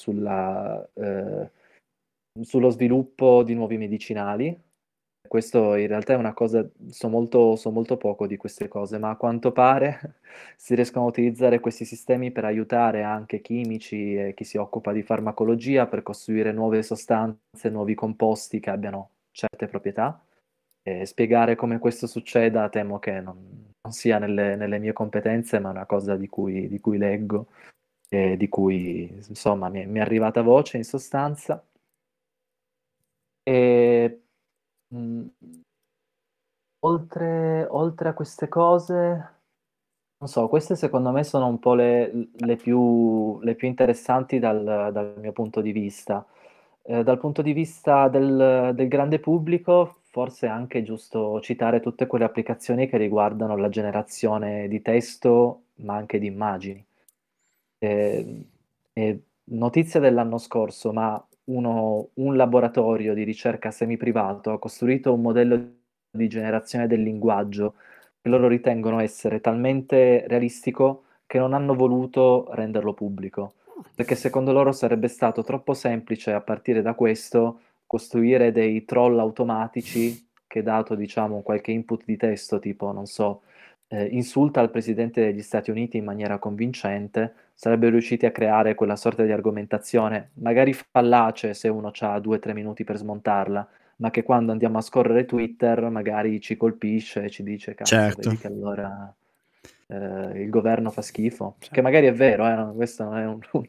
sullo sviluppo di nuovi medicinali. Questo in realtà è una cosa, so molto poco di queste cose, ma a quanto pare si riescono a utilizzare questi sistemi per aiutare anche chimici e chi si occupa di farmacologia per costruire nuove sostanze, nuovi composti che abbiano certe proprietà. Spiegare come questo succeda temo che non sia nelle mie competenze, ma è una cosa di cui leggo e di cui insomma mi è arrivata voce in sostanza. E mh, oltre a queste cose, non so, queste secondo me sono un po' le più interessanti dal mio punto di vista. Dal punto di vista del grande pubblico, forse è anche giusto citare tutte quelle applicazioni che riguardano la generazione di testo, ma anche di immagini. Eh, Notizia dell'anno scorso, ma un laboratorio di ricerca semi-privato ha costruito un modello di generazione del linguaggio che loro ritengono essere talmente realistico che non hanno voluto renderlo pubblico, perché secondo loro sarebbe stato troppo semplice a partire da questo costruire dei troll automatici che dato, diciamo, qualche input di testo, tipo, non so, insulta il presidente degli Stati Uniti in maniera convincente, sarebbero riusciti a creare quella sorta di argomentazione, magari fallace se uno ha 2 o 3 minuti per smontarla, ma che quando andiamo a scorrere Twitter magari ci colpisce e ci dice, cazzo, Certo. vedi che allora il governo fa schifo. Che magari è vero, questo non è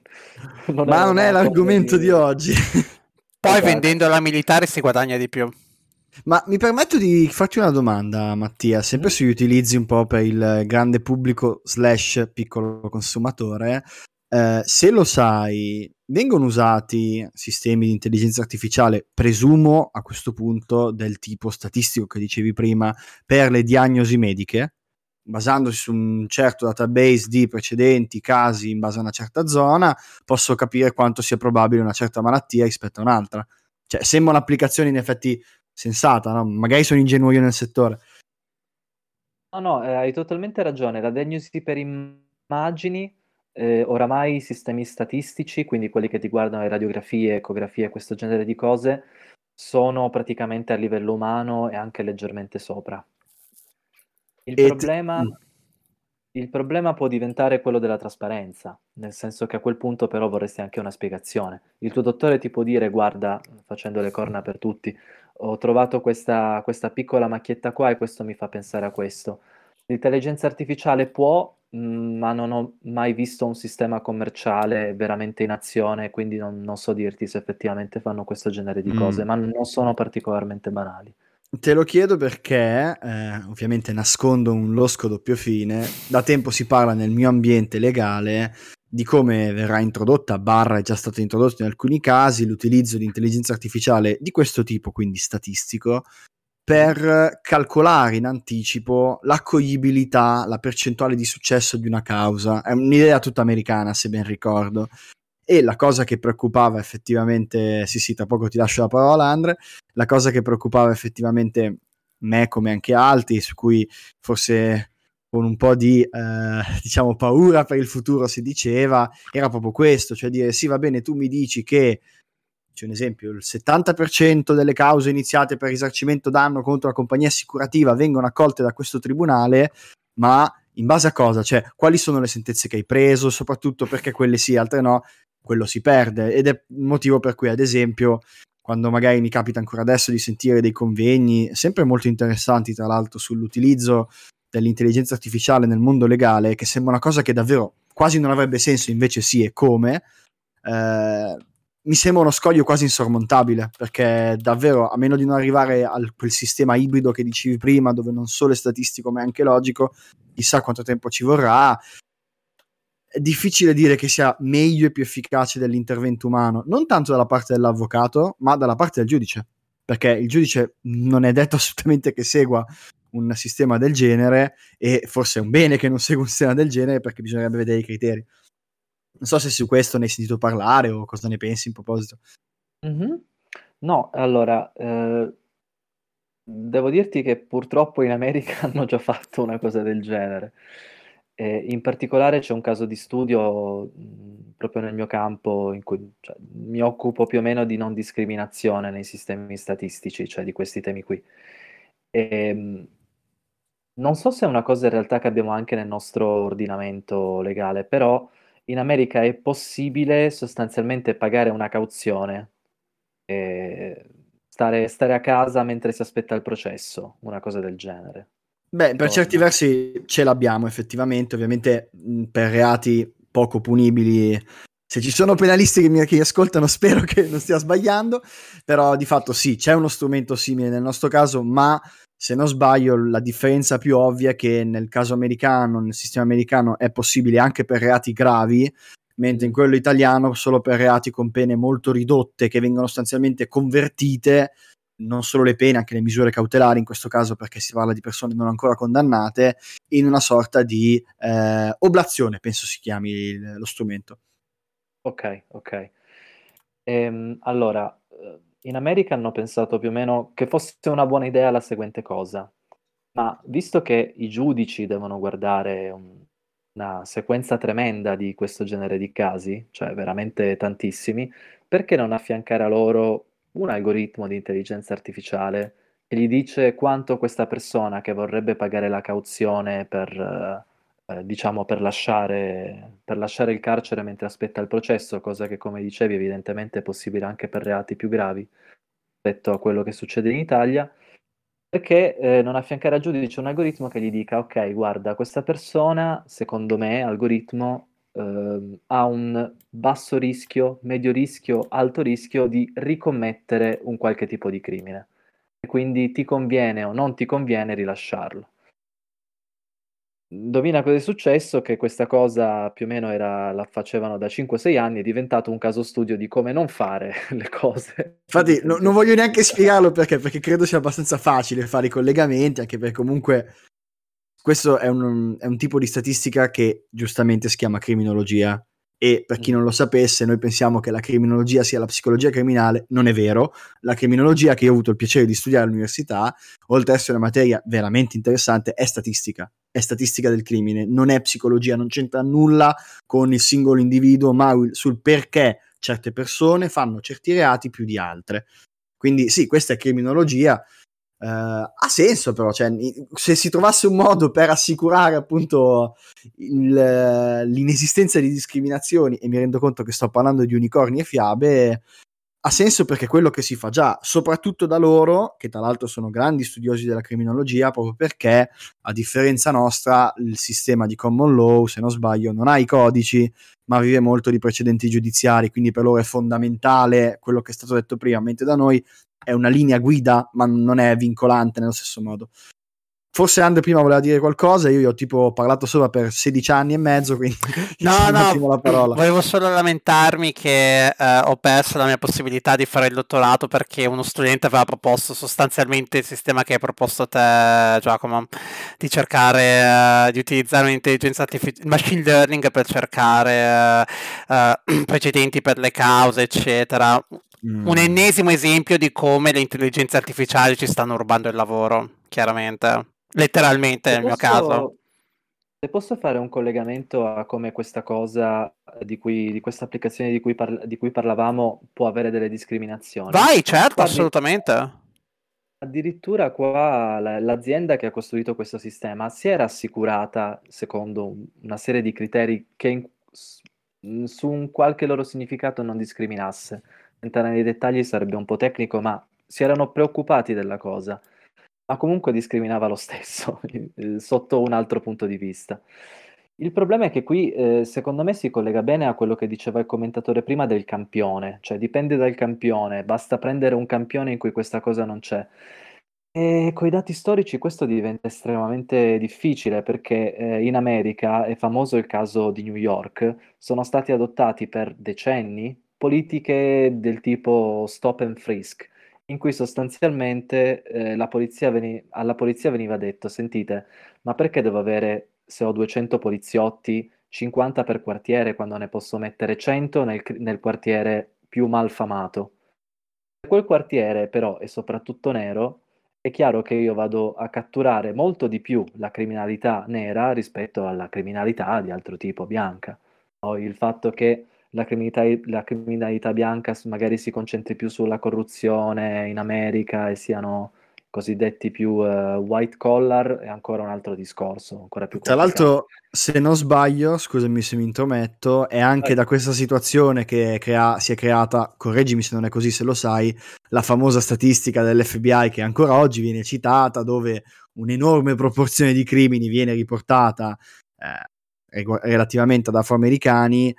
Ma non è una cosa l'argomento di oggi. Poi Esatto. vendendo la militare si guadagna di più. Ma mi permetto di farti una domanda, Mattia, sempre sugli utilizzi un po' per il grande pubblico / piccolo consumatore. Se lo sai, vengono usati sistemi di intelligenza artificiale, presumo a questo punto del tipo statistico che dicevi prima, per le diagnosi mediche, basandosi su un certo database di precedenti casi in base a una certa zona, posso capire quanto sia probabile una certa malattia rispetto a un'altra. Cioè, sembra un'applicazione in effetti sensata, no? Magari sono ingenuo io nel settore. No, hai totalmente ragione. La diagnosi per immagini, oramai i sistemi statistici, quindi quelli che riguardano le radiografie, ecografie, questo genere di cose, sono praticamente a livello umano e anche leggermente sopra. Il E problema, il problema può diventare quello della trasparenza, nel senso che a quel punto però vorresti anche una spiegazione. Il tuo dottore ti può dire, guarda, facendo le corna per tutti, ho trovato questa piccola macchietta qua e questo mi fa pensare a questo. L'intelligenza artificiale può, ma non ho mai visto un sistema commerciale veramente in azione, quindi non so dirti se effettivamente fanno questo genere di cose, ma non sono particolarmente banali. Te lo chiedo perché, ovviamente nascondo un losco doppio fine, da tempo si parla nel mio ambiente legale di come verrà introdotta, è già stato introdotto in alcuni casi, l'utilizzo di intelligenza artificiale di questo tipo, quindi statistico, per calcolare in anticipo l'accoglibilità, la percentuale di successo di una causa. È un'idea tutta americana, se ben ricordo. E la cosa che preoccupava effettivamente, sì, tra poco ti lascio la parola, Andre, la cosa che preoccupava effettivamente me come anche altri, su cui forse con un po' di diciamo paura per il futuro si diceva, era proprio questo, cioè dire sì, va bene, tu mi dici che, c'è un esempio, il 70% delle cause iniziate per risarcimento danno contro la compagnia assicurativa vengono accolte da questo tribunale, ma in base a cosa? Cioè, quali sono le sentenze che hai preso, soprattutto perché quelle sì, altre no, quello si perde, ed è il motivo per cui, ad esempio, quando magari mi capita ancora adesso di sentire dei convegni, sempre molto interessanti tra l'altro, sull'utilizzo dell'intelligenza artificiale nel mondo legale, che sembra una cosa che davvero quasi non avrebbe senso, invece sì, e come, mi sembra uno scoglio quasi insormontabile, perché davvero, a meno di non arrivare a quel sistema ibrido che dicevi prima, dove non solo è statistico ma è anche logico, chissà quanto tempo ci vorrà. È difficile dire che sia meglio e più efficace dell'intervento umano, non tanto dalla parte dell'avvocato, ma dalla parte del giudice, perché il giudice non è detto assolutamente che segua un sistema del genere, e forse è un bene che non segua un sistema del genere, perché bisognerebbe vedere i criteri. Non so se su questo ne hai sentito parlare o cosa ne pensi in proposito. Mhm. No, allora, devo dirti che purtroppo in America hanno già fatto una cosa del genere. In particolare c'è un caso di studio proprio nel mio campo in cui cioè, mi occupo più o meno di non discriminazione nei sistemi statistici, cioè di questi temi qui. Ehm, Non so se è una cosa in realtà che abbiamo anche nel nostro ordinamento legale, però in America è possibile sostanzialmente pagare una cauzione e stare a casa mentre si aspetta il processo, una cosa del genere. Beh, per certi Torna. versi ce l'abbiamo effettivamente, ovviamente per reati poco punibili. Se ci sono penalisti che mi ascoltano, spero che non stia sbagliando, però di fatto sì, c'è uno strumento simile nel nostro caso, ma se non sbaglio la differenza più ovvia è che nel caso americano, nel sistema americano, è possibile anche per reati gravi, mentre in quello italiano solo per reati con pene molto ridotte che vengono sostanzialmente convertite, non solo le pene, anche le misure cautelari in questo caso, perché si parla di persone non ancora condannate, in una sorta di oblazione, penso si chiami lo strumento. Ok, ok. Allora, in America hanno pensato più o meno che fosse una buona idea la seguente cosa, ma visto che i giudici devono guardare una sequenza tremenda di questo genere di casi, cioè veramente tantissimi, perché non affiancare a loro un algoritmo di intelligenza artificiale che gli dice quanto questa persona che vorrebbe pagare la cauzione diciamo, per lasciare il carcere mentre aspetta il processo, cosa che, come dicevi, evidentemente è possibile anche per reati più gravi rispetto a quello che succede in Italia, perché non affiancare al giudice un algoritmo che gli dica, ok, guarda, questa persona, secondo me, algoritmo, ha un basso rischio, medio rischio, alto rischio di ricommettere un qualche tipo di crimine. E quindi ti conviene o non ti conviene rilasciarlo. Indovina cosa è successo? Che questa cosa più o meno la facevano da 5-6 anni, è diventato un caso studio di come non fare le cose. Infatti non voglio neanche spiegarlo perché credo sia abbastanza facile fare i collegamenti, anche perché comunque questo è un tipo di statistica che giustamente si chiama criminologia, e per chi non lo sapesse, noi pensiamo che la criminologia sia la psicologia criminale. Non è vero. La criminologia, che io ho avuto il piacere di studiare all'università, oltre ad essere una materia veramente interessante, è statistica del crimine, non è psicologia, non c'entra nulla con il singolo individuo, ma sul perché certe persone fanno certi reati più di altre. Quindi sì, questa è criminologia. Ha senso, però, cioè, se si trovasse un modo per assicurare appunto l'inesistenza di discriminazioni, e mi rendo conto che sto parlando di unicorni e fiabe, ha senso, perché è quello che si fa già, soprattutto da loro, che tra l'altro sono grandi studiosi della criminologia, proprio perché a differenza nostra il sistema di common law, se non sbaglio, non ha i codici, ma vive molto di precedenti giudiziari, quindi per loro è fondamentale quello che è stato detto prima, mentre da noi è una linea guida, ma non è vincolante nello stesso modo. Forse Andre prima voleva dire qualcosa, io ho tipo parlato solo per 16 anni e mezzo, quindi No, un attimo la parola. volevo solo lamentarmi che ho perso la mia possibilità di fare il dottorato perché uno studente aveva proposto sostanzialmente il sistema che hai proposto te, Giacomo, di cercare di utilizzare un'intelligenza artificiale, machine learning per cercare precedenti per le cause, eccetera. Un ennesimo esempio di come le intelligenze artificiali ci stanno rubando il lavoro, chiaramente, letteralmente Se nel mio caso. se posso fare un collegamento a come questa cosa di questa applicazione di cui parlavamo può avere delle discriminazioni. Vai, certo, Guardi, assolutamente. addirittura qua l'azienda che ha costruito questo sistema si era assicurata, secondo una serie di criteri, che su un qualche loro significato non discriminasse. Entrare nei dettagli sarebbe un po' tecnico, ma si erano preoccupati della cosa, ma comunque discriminava lo stesso, sotto un altro punto di vista. Il problema è che qui, secondo me, si collega bene a quello che diceva il commentatore prima del campione, cioè dipende dal campione, basta prendere un campione in cui questa cosa non c'è. E coi dati storici questo diventa estremamente difficile perché in America, è famoso il caso di New York, sono stati adottati per decenni politiche del tipo stop and frisk, in cui sostanzialmente alla polizia veniva detto, sentite, ma perché devo avere, se ho 200 poliziotti, 50 per quartiere quando ne posso mettere 100 nel quartiere più malfamato? Se quel quartiere però è soprattutto nero, è chiaro che io vado a catturare molto di più la criminalità nera rispetto alla criminalità di altro tipo bianca. Poi il fatto che la criminalità bianca magari si concentri più sulla corruzione in America e siano cosiddetti più white collar è ancora un altro discorso, ancora più Tra complicato. l'altro, se non sbaglio, scusami se mi intrometto, è anche Vai. da questa situazione che si è creata, correggimi se non è così, se lo sai, la famosa statistica dell'FBI che ancora oggi viene citata, dove un'enorme proporzione di crimini viene riportata relativamente ad afroamericani,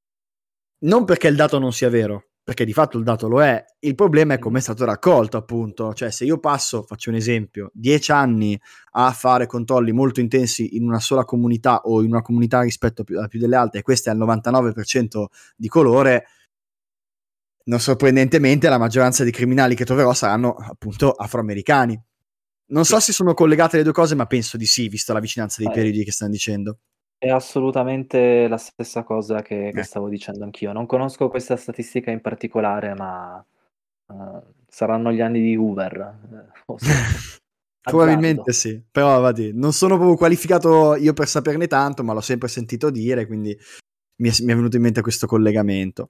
non perché il dato non sia vero, perché di fatto il dato lo è, il problema è come è stato raccolto, appunto. Cioè, se io passo, faccio un esempio, 10 anni a fare controlli molto intensi in una sola comunità o in una comunità rispetto a più delle altre, e questa è al 99% di colore, non sorprendentemente la maggioranza dei criminali che troverò saranno appunto afroamericani. Non so se sono collegate le due cose, ma penso di sì, visto la vicinanza dei Eh, periodi che stanno dicendo. È assolutamente la stessa cosa che Ecco. stavo dicendo anch'io. Non conosco questa statistica in particolare, ma saranno gli anni di Hoover, Probabilmente azzardo. sì, però vabbè, non sono proprio qualificato io per saperne tanto, ma l'ho sempre sentito dire, quindi mi è venuto in mente questo collegamento.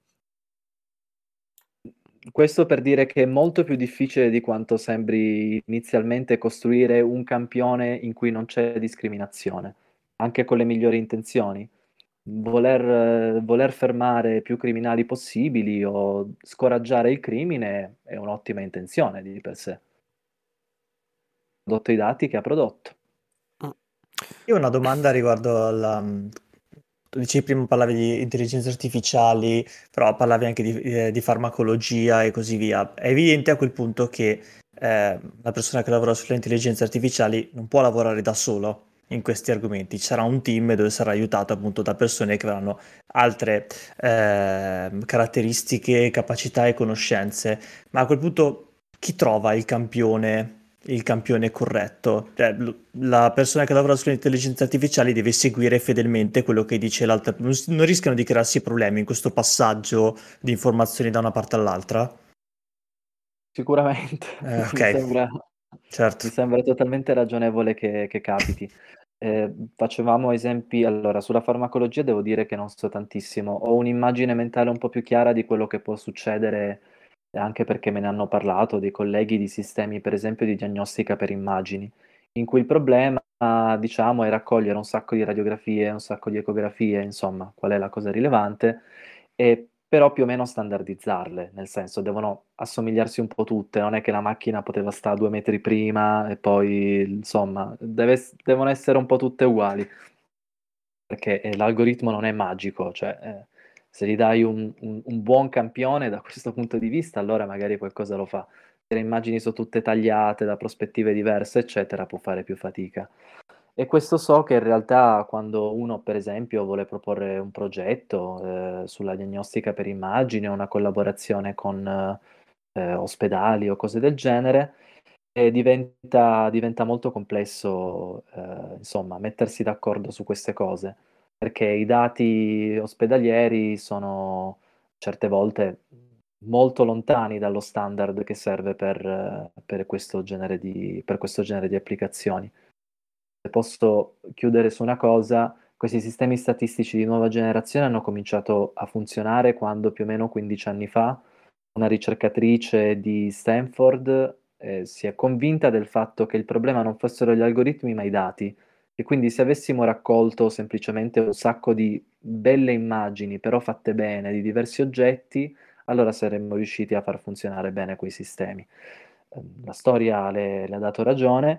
Questo per dire che è molto più difficile di quanto sembri inizialmente costruire un campione in cui non c'è discriminazione, anche con le migliori intenzioni. Voler fermare più criminali possibili o scoraggiare il crimine è un'ottima intenzione di per sé. Ha prodotto i dati che ha prodotto. Io ho una domanda riguardo tu dicevi prima parlavi di intelligenze artificiali, però parlavi anche di farmacologia e così via. È evidente a quel punto che la persona che lavora sulle intelligenze artificiali non può lavorare da solo in questi argomenti. Ci sarà un team dove sarà aiutato appunto da persone che avranno altre caratteristiche, capacità e conoscenze. Ma a quel punto chi trova il campione corretto? Cioè, la persona che lavora sulle intelligenze artificiali deve seguire fedelmente quello che dice l'altra. Non rischiano di crearsi problemi in questo passaggio di informazioni da una parte all'altra? Sicuramente, Ok, mi sembra certo. mi sembra totalmente ragionevole che capiti. Facevamo esempi allora, sulla farmacologia devo dire che non so tantissimo. Ho un'immagine mentale un po' più chiara di quello che può succedere, anche perché me ne hanno parlato dei colleghi di sistemi, per esempio, di diagnostica per immagini, in cui il problema, diciamo, è raccogliere un sacco di radiografie, un sacco di ecografie, insomma, qual è la cosa rilevante, e però più o meno standardizzarle, nel senso devono assomigliarsi un po' tutte, non è che la macchina poteva stare 2 metri prima e poi insomma devono essere un po' tutte uguali, perché l'algoritmo non è magico, cioè se gli dai un buon campione da questo punto di vista allora magari qualcosa lo fa, le immagini sono tutte tagliate da prospettive diverse, eccetera, può fare più fatica. E questo so che in realtà quando uno, per esempio, vuole proporre un progetto sulla diagnostica per immagini o una collaborazione con ospedali o cose del genere, diventa molto complesso, insomma, mettersi d'accordo su queste cose, perché i dati ospedalieri sono certe volte molto lontani dallo standard che serve per per questo genere di applicazioni. Se posso chiudere su una cosa, questi sistemi statistici di nuova generazione hanno cominciato a funzionare quando più o meno 15 anni fa una ricercatrice di Stanford si è convinta del fatto che il problema non fossero gli algoritmi ma i dati. E quindi se avessimo raccolto semplicemente un sacco di belle immagini, però fatte bene, di diversi oggetti, allora saremmo riusciti a far funzionare bene quei sistemi. La storia le ha dato ragione,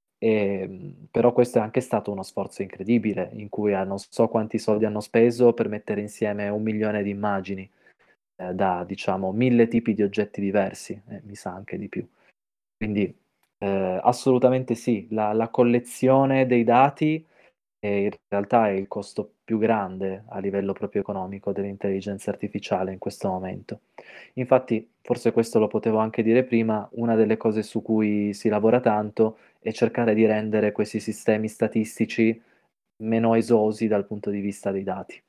però questo è anche stato uno sforzo incredibile, in cui non so quanti soldi hanno speso per mettere insieme 1 milione di immagini, da diciamo 1000 tipi di oggetti diversi, mi sa anche di più. Quindi assolutamente sì, la collezione dei dati in realtà è il costo più grande a livello proprio economico dell'intelligenza artificiale in questo momento. Infatti, forse questo lo potevo anche dire prima, una delle cose su cui si lavora tanto è cercare di rendere questi sistemi statistici meno esosi dal punto di vista dei dati.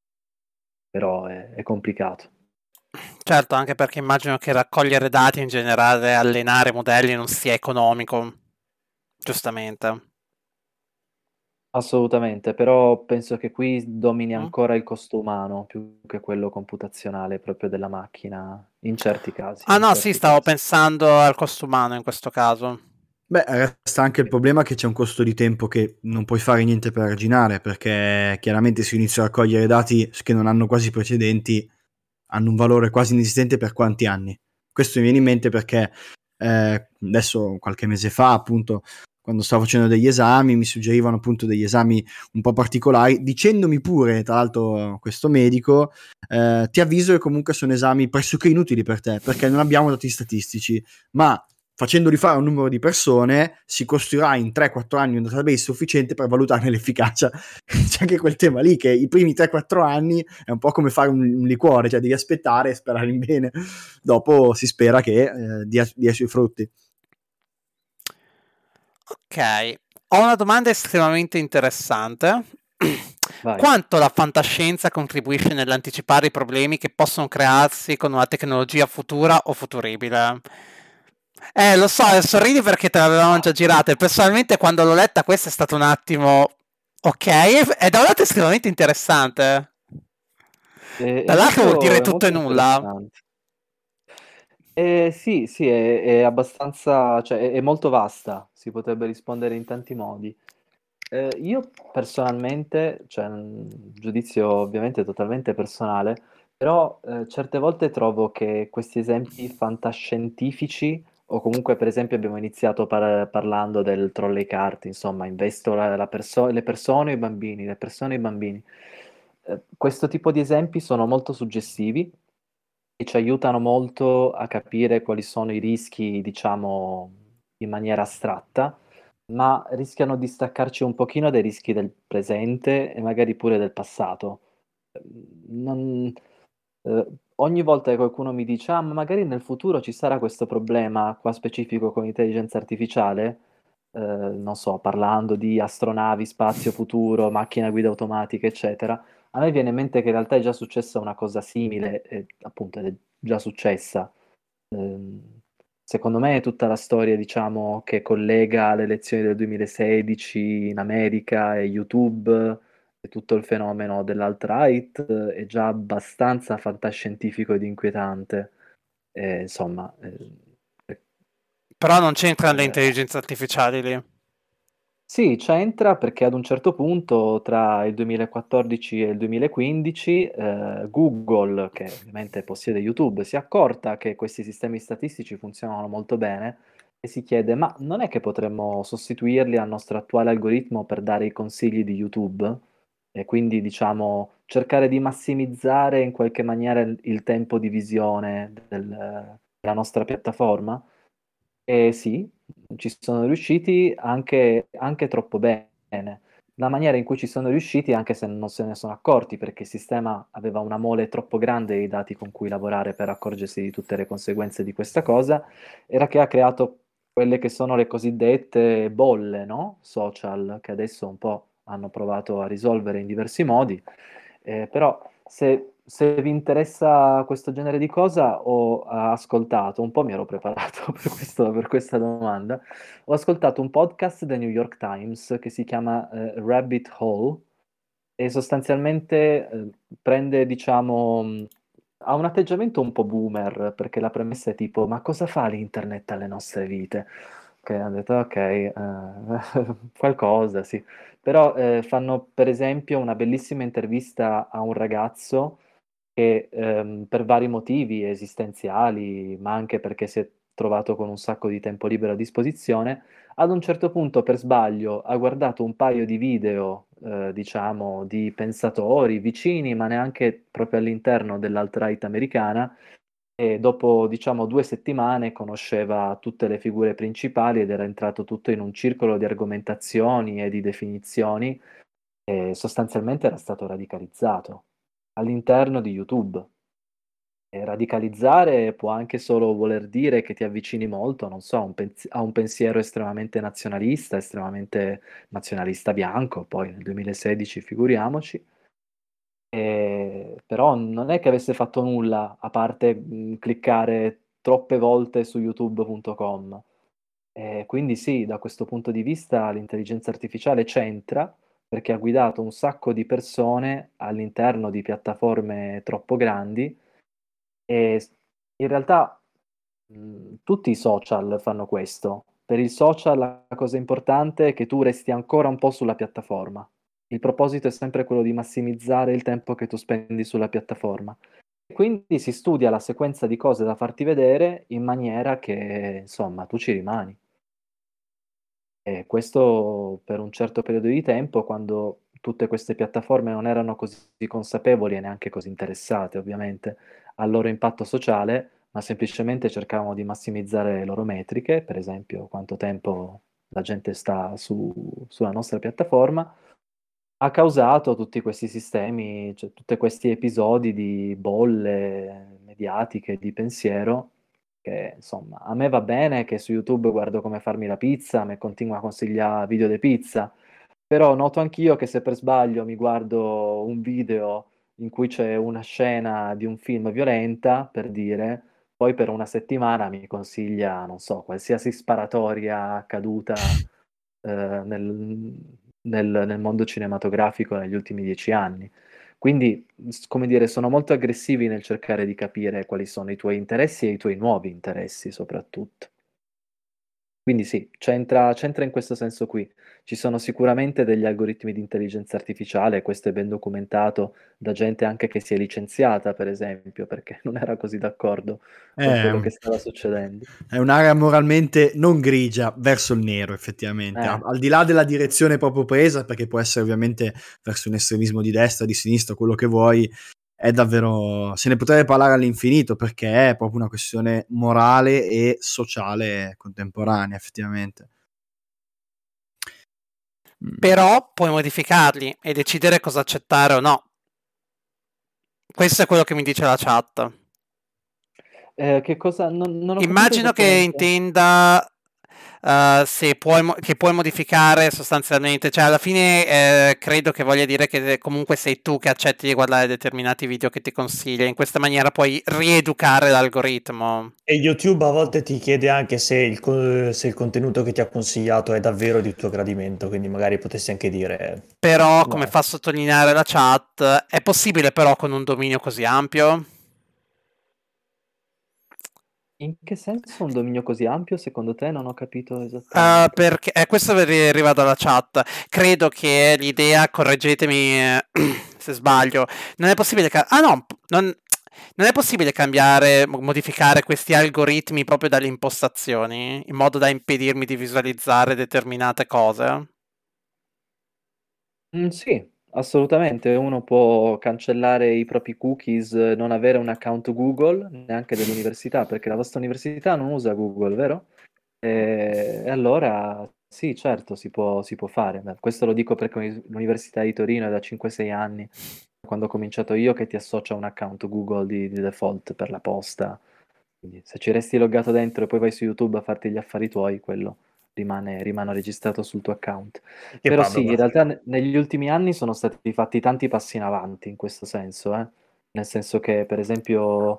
Però è complicato. Certo, anche perché immagino che raccogliere dati in generale, allenare modelli non sia economico, giustamente. Assolutamente, però penso che qui domini Mm? ancora il costo umano più che quello computazionale proprio della macchina, in certi casi, Ah in no, sì, certi stavo casi. pensando al costo umano in questo caso. Beh, resta anche il problema che c'è un costo di tempo che non puoi fare niente per arginare, perché chiaramente se inizio a raccogliere dati che non hanno quasi precedenti, hanno un valore quasi inesistente per quanti anni. Questo mi viene in mente perché adesso qualche mese fa, appunto, quando stavo facendo degli esami, mi suggerivano appunto degli esami un po' particolari, dicendomi pure, tra l'altro, questo medico, ti avviso che comunque sono esami pressoché inutili per te, perché non abbiamo dati statistici, ma facendoli fare a un numero di persone si costruirà in 3-4 anni un database sufficiente per valutarne l'efficacia. C'è anche quel tema lì che i primi 3-4 anni è un po' come fare un liquore, cioè devi aspettare e sperare in bene, dopo si spera che dia sui frutti. Ok, ho una domanda estremamente interessante. Vai. Quanto la fantascienza contribuisce nell'anticipare i problemi che possono crearsi con una tecnologia futura o futuribile? Lo so, sorridi perché te l'avevamo già girata e personalmente quando l'ho letta questa è stato un attimo ok, è da un lato estremamente interessante. Dall'altro vuol dire È tutto e molto nulla. interessante. Sì, sì, è abbastanza, cioè è molto vasta, si potrebbe rispondere in tanti modi. Io personalmente, cioè, giudizio ovviamente totalmente personale, però certe volte trovo che questi esempi fantascientifici, o comunque per esempio abbiamo iniziato parlando del trolley kart, insomma, investo le persone e i bambini, le persone e i bambini. Questo tipo di esempi sono molto suggestivi e ci aiutano molto a capire quali sono i rischi, diciamo, in maniera astratta, ma rischiano di staccarci un pochino dai rischi del presente e magari pure del passato. Non- ogni volta che qualcuno mi dice, ah, ma magari nel futuro ci sarà questo problema qua specifico con l'intelligenza artificiale, non so, parlando di astronavi, spazio futuro, macchina a guida automatica, eccetera, a me viene in mente che in realtà è già successa una cosa simile, appunto, ed è già successa. Secondo me è tutta la storia, diciamo, che collega le elezioni del 2016 in America e YouTube e tutto il fenomeno dell'alt-right è già abbastanza fantascientifico ed inquietante. Insomma, Però non c'entrano le eh, intelligenze artificiali lì. sì, c'entra perché ad un certo punto, tra il 2014 e il 2015, Google, che ovviamente possiede YouTube, si è accorta che questi sistemi statistici funzionano molto bene e si chiede, ma non è che potremmo sostituirli al nostro attuale algoritmo per dare i consigli di YouTube? E quindi, diciamo, cercare di massimizzare in qualche maniera il tempo di visione della nostra piattaforma? Sì, ci sono riusciti anche troppo bene. La maniera in cui ci sono riusciti, anche se non se ne sono accorti, perché il sistema aveva una mole troppo grande di dati con cui lavorare per accorgersi di tutte le conseguenze di questa cosa, era che ha creato quelle che sono le cosiddette bolle, no? Social, che adesso un po' hanno provato a risolvere in diversi modi. Però se vi interessa questo genere di cosa, ho ascoltato, un po' mi ero preparato per questa domanda, ho ascoltato un podcast del New York Times che si chiama Rabbit Hole e sostanzialmente prende, diciamo, ha un atteggiamento un po' boomer, perché la premessa è tipo, ma cosa fa l'internet alle nostre vite? Che hanno detto, ok, qualcosa, sì. Però fanno per esempio una bellissima intervista a un ragazzo che per vari motivi esistenziali, ma anche perché si è trovato con un sacco di tempo libero a disposizione, ad un certo punto per sbaglio ha guardato un paio di video, diciamo, di pensatori vicini, ma neanche proprio all'interno dell'alt-right americana, e dopo, diciamo, 2 settimane conosceva tutte le figure principali ed era entrato tutto in un circolo di argomentazioni e di definizioni e sostanzialmente era stato radicalizzato all'interno di YouTube. E radicalizzare può anche solo voler dire che ti avvicini molto, non so, a un pensiero estremamente nazionalista bianco, poi nel 2016 figuriamoci. Però non è che avesse fatto nulla, a parte cliccare troppe volte su youtube.com. Quindi sì, da questo punto di vista l'intelligenza artificiale c'entra perché ha guidato un sacco di persone all'interno di piattaforme troppo grandi e in realtà tutti i social fanno questo. Per il social la cosa importante è che tu resti ancora un po' sulla piattaforma. Il proposito è sempre quello di massimizzare il tempo che tu spendi sulla piattaforma. Quindi si studia la sequenza di cose da farti vedere in maniera che, insomma, tu ci rimani. E questo per un certo periodo di tempo, quando tutte queste piattaforme non erano così consapevoli e neanche così interessate, ovviamente, al loro impatto sociale, ma semplicemente cercavano di massimizzare le loro metriche, per esempio quanto tempo la gente sta sulla nostra piattaforma, ha causato tutti questi sistemi, cioè tutti questi episodi di bolle mediatiche, di pensiero, che insomma a me va bene che su YouTube guardo come farmi la pizza, mi continua a consigliare video di pizza, però noto anch'io che se per sbaglio mi guardo un video in cui c'è una scena di un film violenta, per dire, poi per una settimana mi consiglia, non so, qualsiasi sparatoria accaduta nel mondo cinematografico negli ultimi 10 anni. Quindi, come dire, sono molto aggressivi nel cercare di capire quali sono i tuoi interessi e i tuoi nuovi interessi, soprattutto. Quindi sì, c'entra in questo senso qui. Ci sono sicuramente degli algoritmi di intelligenza artificiale, questo è ben documentato da gente anche che si è licenziata, per esempio, perché non era così d'accordo con quello che stava succedendo. È un'area moralmente non grigia verso il nero, effettivamente. Al di là della direzione proprio presa, perché può essere ovviamente verso un estremismo di destra, di sinistra, quello che vuoi, è davvero, se ne potrebbe parlare all'infinito, perché è proprio una questione morale e sociale contemporanea, effettivamente. Però puoi modificarli e decidere cosa accettare o no. Questo è quello che mi dice la chat. Che cosa? Non ho capito Immagino che esattamente. intenda che puoi modificare sostanzialmente, cioè alla fine credo che voglia dire che comunque sei tu che accetti di guardare determinati video che ti consiglia, in questa maniera puoi rieducare l'algoritmo. E YouTube a volte ti chiede anche se se il contenuto che ti ha consigliato è davvero di tuo gradimento, quindi magari potresti anche dire Però, come no. fa a sottolineare la chat, è possibile però con un dominio così ampio? In che senso un dominio così ampio, secondo te? Non ho capito esattamente. Perché questo arriva dalla chat. Credo che l'idea, correggetemi se sbaglio, non è possibile. Non è possibile cambiare, modificare questi algoritmi proprio dalle impostazioni in modo da impedirmi di visualizzare determinate cose. Sì, assolutamente. Uno può cancellare i propri cookies, non avere un account Google, neanche dell'università, perché la vostra università non usa Google, vero? E allora sì, certo, si può fare. Beh, questo lo dico perché l'Università di Torino è da 5-6 anni, quando ho cominciato io, che ti associa un account Google di default per la posta. Quindi se ci resti loggato dentro e poi vai su YouTube a farti gli affari tuoi, quello rimane registrato sul tuo account. Che Però sì, in Padova. realtà negli ultimi anni sono stati fatti tanti passi in avanti in questo senso, eh. Nel senso che, per esempio,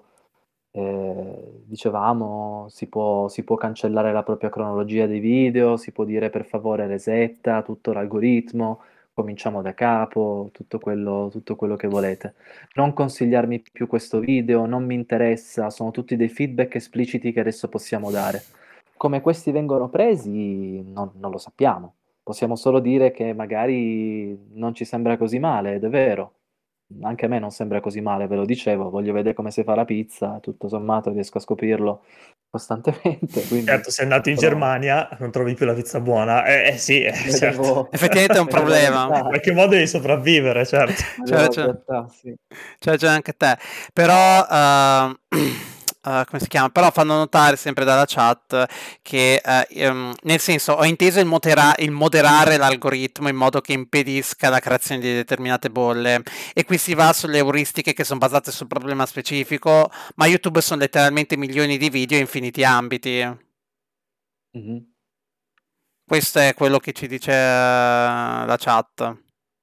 dicevamo, si può cancellare la propria cronologia dei video, si può dire per favore resetta tutto l'algoritmo, cominciamo da capo, tutto quello che volete. Non consigliarmi più questo video, non mi interessa, sono tutti dei feedback espliciti che adesso possiamo dare. Come questi vengono presi, non lo sappiamo. Possiamo solo dire che magari non ci sembra così male, ed è vero. Anche a me non sembra così male, ve lo dicevo, voglio vedere come si fa la pizza, tutto sommato riesco a scoprirlo costantemente, quindi Certo, sei andato in però Germania, non trovi più la pizza buona. Sì, me certo. devo, Effettivamente è un me devo problema. In adattare, qualche modo devi sopravvivere, certo. me C'è devo ragione. adattare, sì. C'è ragione anche te. Però, come si chiama? Però fanno notare sempre dalla chat che, nel senso, ho inteso il moderare l'algoritmo in modo che impedisca la creazione di determinate bolle. E qui si va sulle euristiche che sono basate sul problema specifico, ma YouTube sono letteralmente milioni di video e infiniti ambiti. Mhm. Questo è quello che ci dice la chat.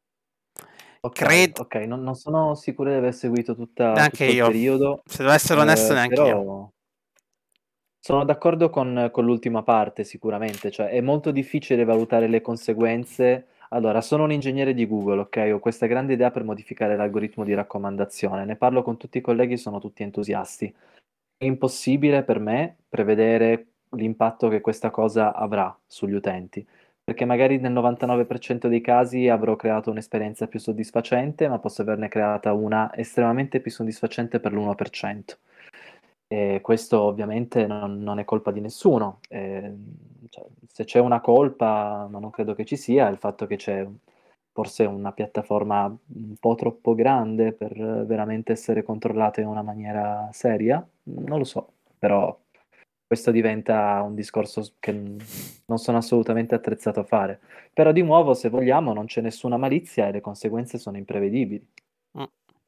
Ok, Credo, ok, non sono sicuro di aver seguito neanche tutto il io. periodo, Se devo essere onesto, neanche io. però sono d'accordo con l'ultima parte sicuramente, cioè è molto difficile valutare le conseguenze. Allora, sono un ingegnere di Google, ok? Ho questa grande idea per modificare l'algoritmo di raccomandazione, ne parlo con tutti i colleghi, sono tutti entusiasti. È impossibile per me prevedere l'impatto che questa cosa avrà sugli utenti, perché magari nel 99% dei casi avrò creato un'esperienza più soddisfacente, ma posso averne creata una estremamente più soddisfacente per l'1%. E questo ovviamente non è colpa di nessuno. Cioè, se c'è una colpa, ma non credo che ci sia, è il fatto che c'è forse una piattaforma un po' troppo grande per veramente essere controllata in una maniera seria. Non lo so, però questo diventa un discorso che non sono assolutamente attrezzato a fare. Però di nuovo, se vogliamo, non c'è nessuna malizia e le conseguenze sono imprevedibili. Mm.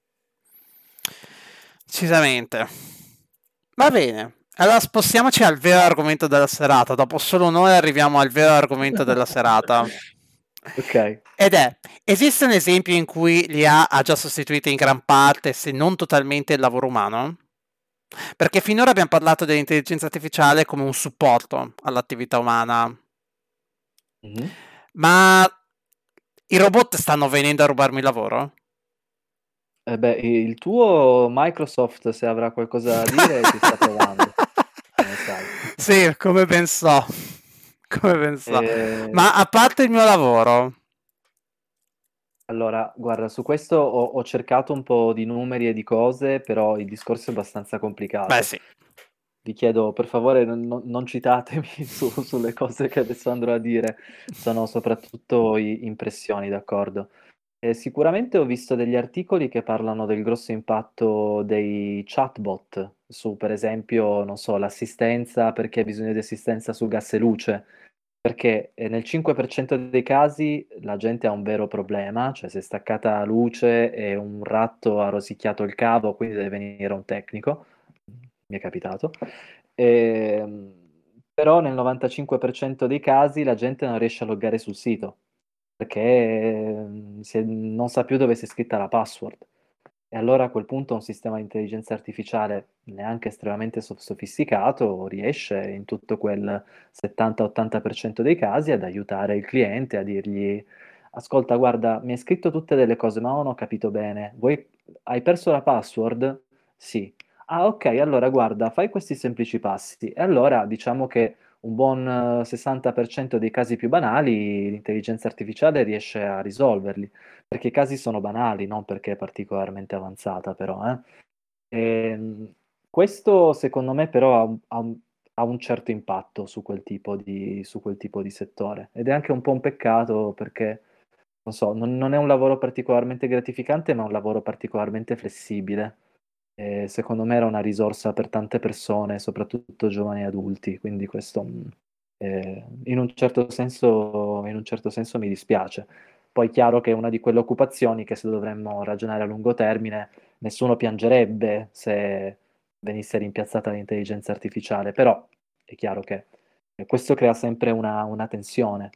Decisamente. Va bene. Allora spostiamoci al vero argomento della serata. Dopo solo noi arriviamo al vero argomento della serata. Ok. Ed è, esiste un esempio in cui l'IA ha già sostituito in gran parte, se non totalmente, il lavoro umano? Perché finora abbiamo parlato dell'intelligenza artificiale come un supporto all'attività umana, Mhm. ma i robot stanno venendo a rubarmi il lavoro? Beh, il tuo Microsoft, se avrà qualcosa da dire, ci sta provando, come sai. Sì, come ben so. Come ben so. Eh, Ma a parte il mio lavoro, allora, guarda, su questo ho cercato un po' di numeri e di cose, però il discorso è abbastanza beh complicato. sì. Vi chiedo, per favore, non citatemi sulle cose che adesso andrò a dire, sono soprattutto impressioni, d'accordo? Sicuramente ho visto degli articoli che parlano del grosso impatto dei chatbot su, per esempio, non so, l'assistenza per chi ha bisogno di assistenza su gas e luce, perché nel 5% dei casi la gente ha un vero problema, cioè si è staccata la luce e un ratto ha rosicchiato il cavo, quindi deve venire un tecnico, mi è capitato. Ehm, Però nel 95% dei casi la gente non riesce a loggare sul sito perché non sa più dove si è scritta la password. E allora a quel punto un sistema di intelligenza artificiale neanche estremamente sofisticato riesce in tutto quel 70-80% dei casi ad aiutare il cliente, a dirgli: ascolta, guarda, mi hai scritto tutte delle cose, ma non ho capito bene. Hai perso la password? Sì. Ah, ok, allora guarda, fai questi semplici passi. E allora diciamo che un buon 60% dei casi più banali l'intelligenza artificiale riesce a risolverli, perché i casi sono banali, non perché è particolarmente avanzata, però. Questo secondo me però ha un certo impatto su quel tipo di settore ed è anche un po' un peccato perché, non so, non è un lavoro particolarmente gratificante, ma è un lavoro particolarmente flessibile. E secondo me era una risorsa per tante persone, soprattutto giovani e adulti, quindi questo In un certo senso mi dispiace. Poi è chiaro che è una di quelle occupazioni che, se dovremmo ragionare a lungo termine, nessuno piangerebbe se venisse rimpiazzata l'intelligenza artificiale, però è chiaro che questo crea sempre una tensione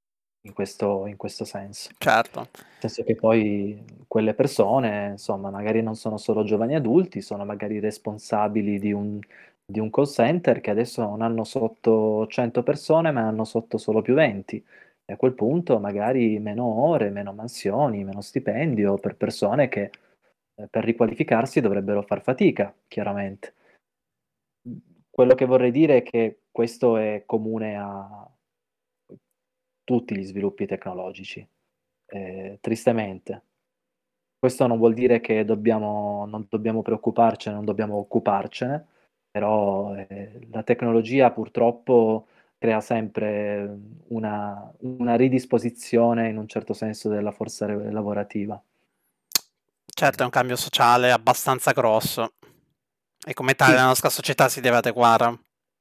in questo senso. Certo. Nel senso che poi quelle persone, insomma, magari non sono solo giovani adulti, sono magari responsabili di un call center che adesso non hanno sotto 100 persone, ma hanno sotto solo più 20. E a quel punto magari meno ore, meno mansioni, meno stipendio per persone che per riqualificarsi dovrebbero far fatica, chiaramente. Quello che vorrei dire è che questo è comune a tutti gli sviluppi tecnologici, tristemente. Questo non vuol dire che non dobbiamo preoccuparcene, non dobbiamo occuparcene, però la tecnologia purtroppo crea sempre una ridisposizione in un certo senso della forza lavorativa. Certo, è un cambio sociale abbastanza grosso e come tale Sì. la nostra società si deve adeguare.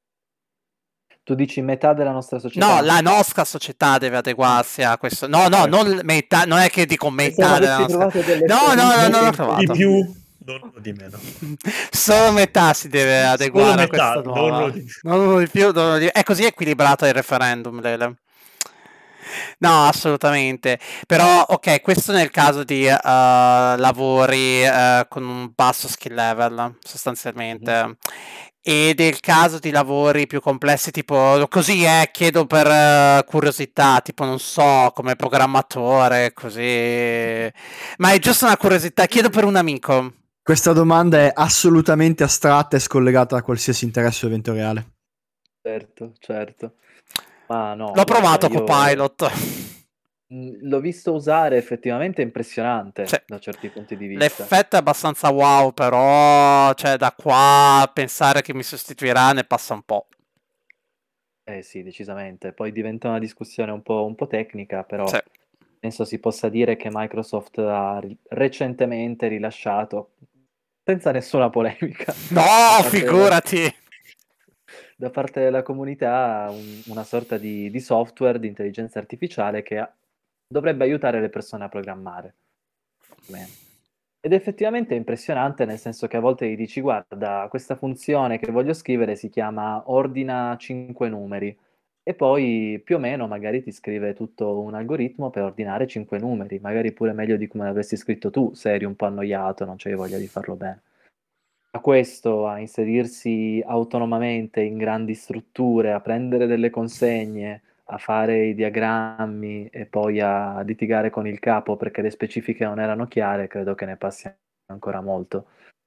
Tu dici metà della nostra società? No, la nostra società deve adeguarsi a questo. No, non metà, non è che dico metà della nostra. No, non l'ho trovato. Di più, non uno di meno. Solo metà si deve adeguare Solo a questa metà, nuova. non uno di più. Non uno di più, non uno di. È così equilibrato il referendum, Lele. No, assolutamente. Però, ok, questo nel caso di lavori con un basso skill level, sostanzialmente. E del caso di lavori più complessi, tipo così, chiedo per curiosità, tipo non so, come programmatore, così. Ma è giusto una curiosità, chiedo per un amico. Questa domanda è assolutamente astratta e scollegata da qualsiasi interesse o evento reale. Certo. Ma no, L'ho guarda, provato io Copilot. l'ho visto usare, effettivamente è impressionante Sì. da certi punti di vista. L'effetto è abbastanza wow, però cioè, da qua a pensare che mi sostituirà ne passa un po'. Sì, decisamente. Poi diventa una discussione un po' tecnica, però Sì. penso si possa dire che Microsoft ha recentemente rilasciato, senza nessuna polemica, No, da parte figurati! da parte della comunità, una sorta di software di intelligenza artificiale che dovrebbe aiutare le persone a programmare. Bene. Ed effettivamente è impressionante, nel senso che a volte gli dici: guarda, questa funzione che voglio scrivere si chiama ordina 5 numeri, e poi più o meno magari ti scrive tutto un algoritmo per ordinare 5 numeri, magari pure meglio di come l'avresti scritto tu, se eri un po' annoiato, non c'avevi voglia di farlo bene. Da questo a inserirsi autonomamente in grandi strutture, a prendere delle consegne, a fare i diagrammi e poi a litigare con il capo perché le specifiche non erano chiare, credo che ne passi ancora molto.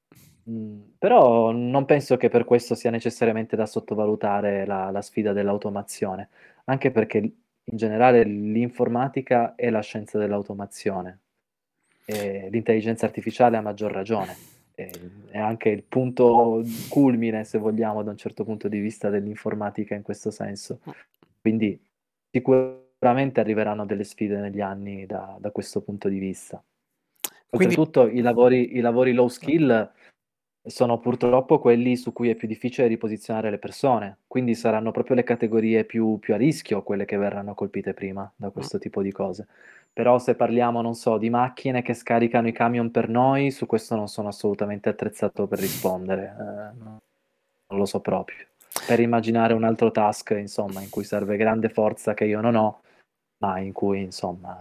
Però non penso che per questo sia necessariamente da sottovalutare la sfida dell'automazione, anche perché in generale l'informatica è la scienza dell'automazione e l'intelligenza artificiale a maggior ragione. È anche il punto culmine, se vogliamo, da un certo punto di vista dell'informatica in questo senso. Quindi sicuramente arriveranno delle sfide negli anni da questo punto di vista. Quindi Oltretutto i lavori low skill sono purtroppo quelli su cui è più difficile riposizionare le persone, quindi saranno proprio le categorie più a rischio quelle che verranno colpite prima da questo tipo di cose. Però se parliamo, non so, di macchine che scaricano i camion per noi, su questo non sono assolutamente attrezzato per rispondere, non lo so proprio. Per immaginare un altro task, insomma, in cui serve grande forza che io non ho, ma in cui, insomma,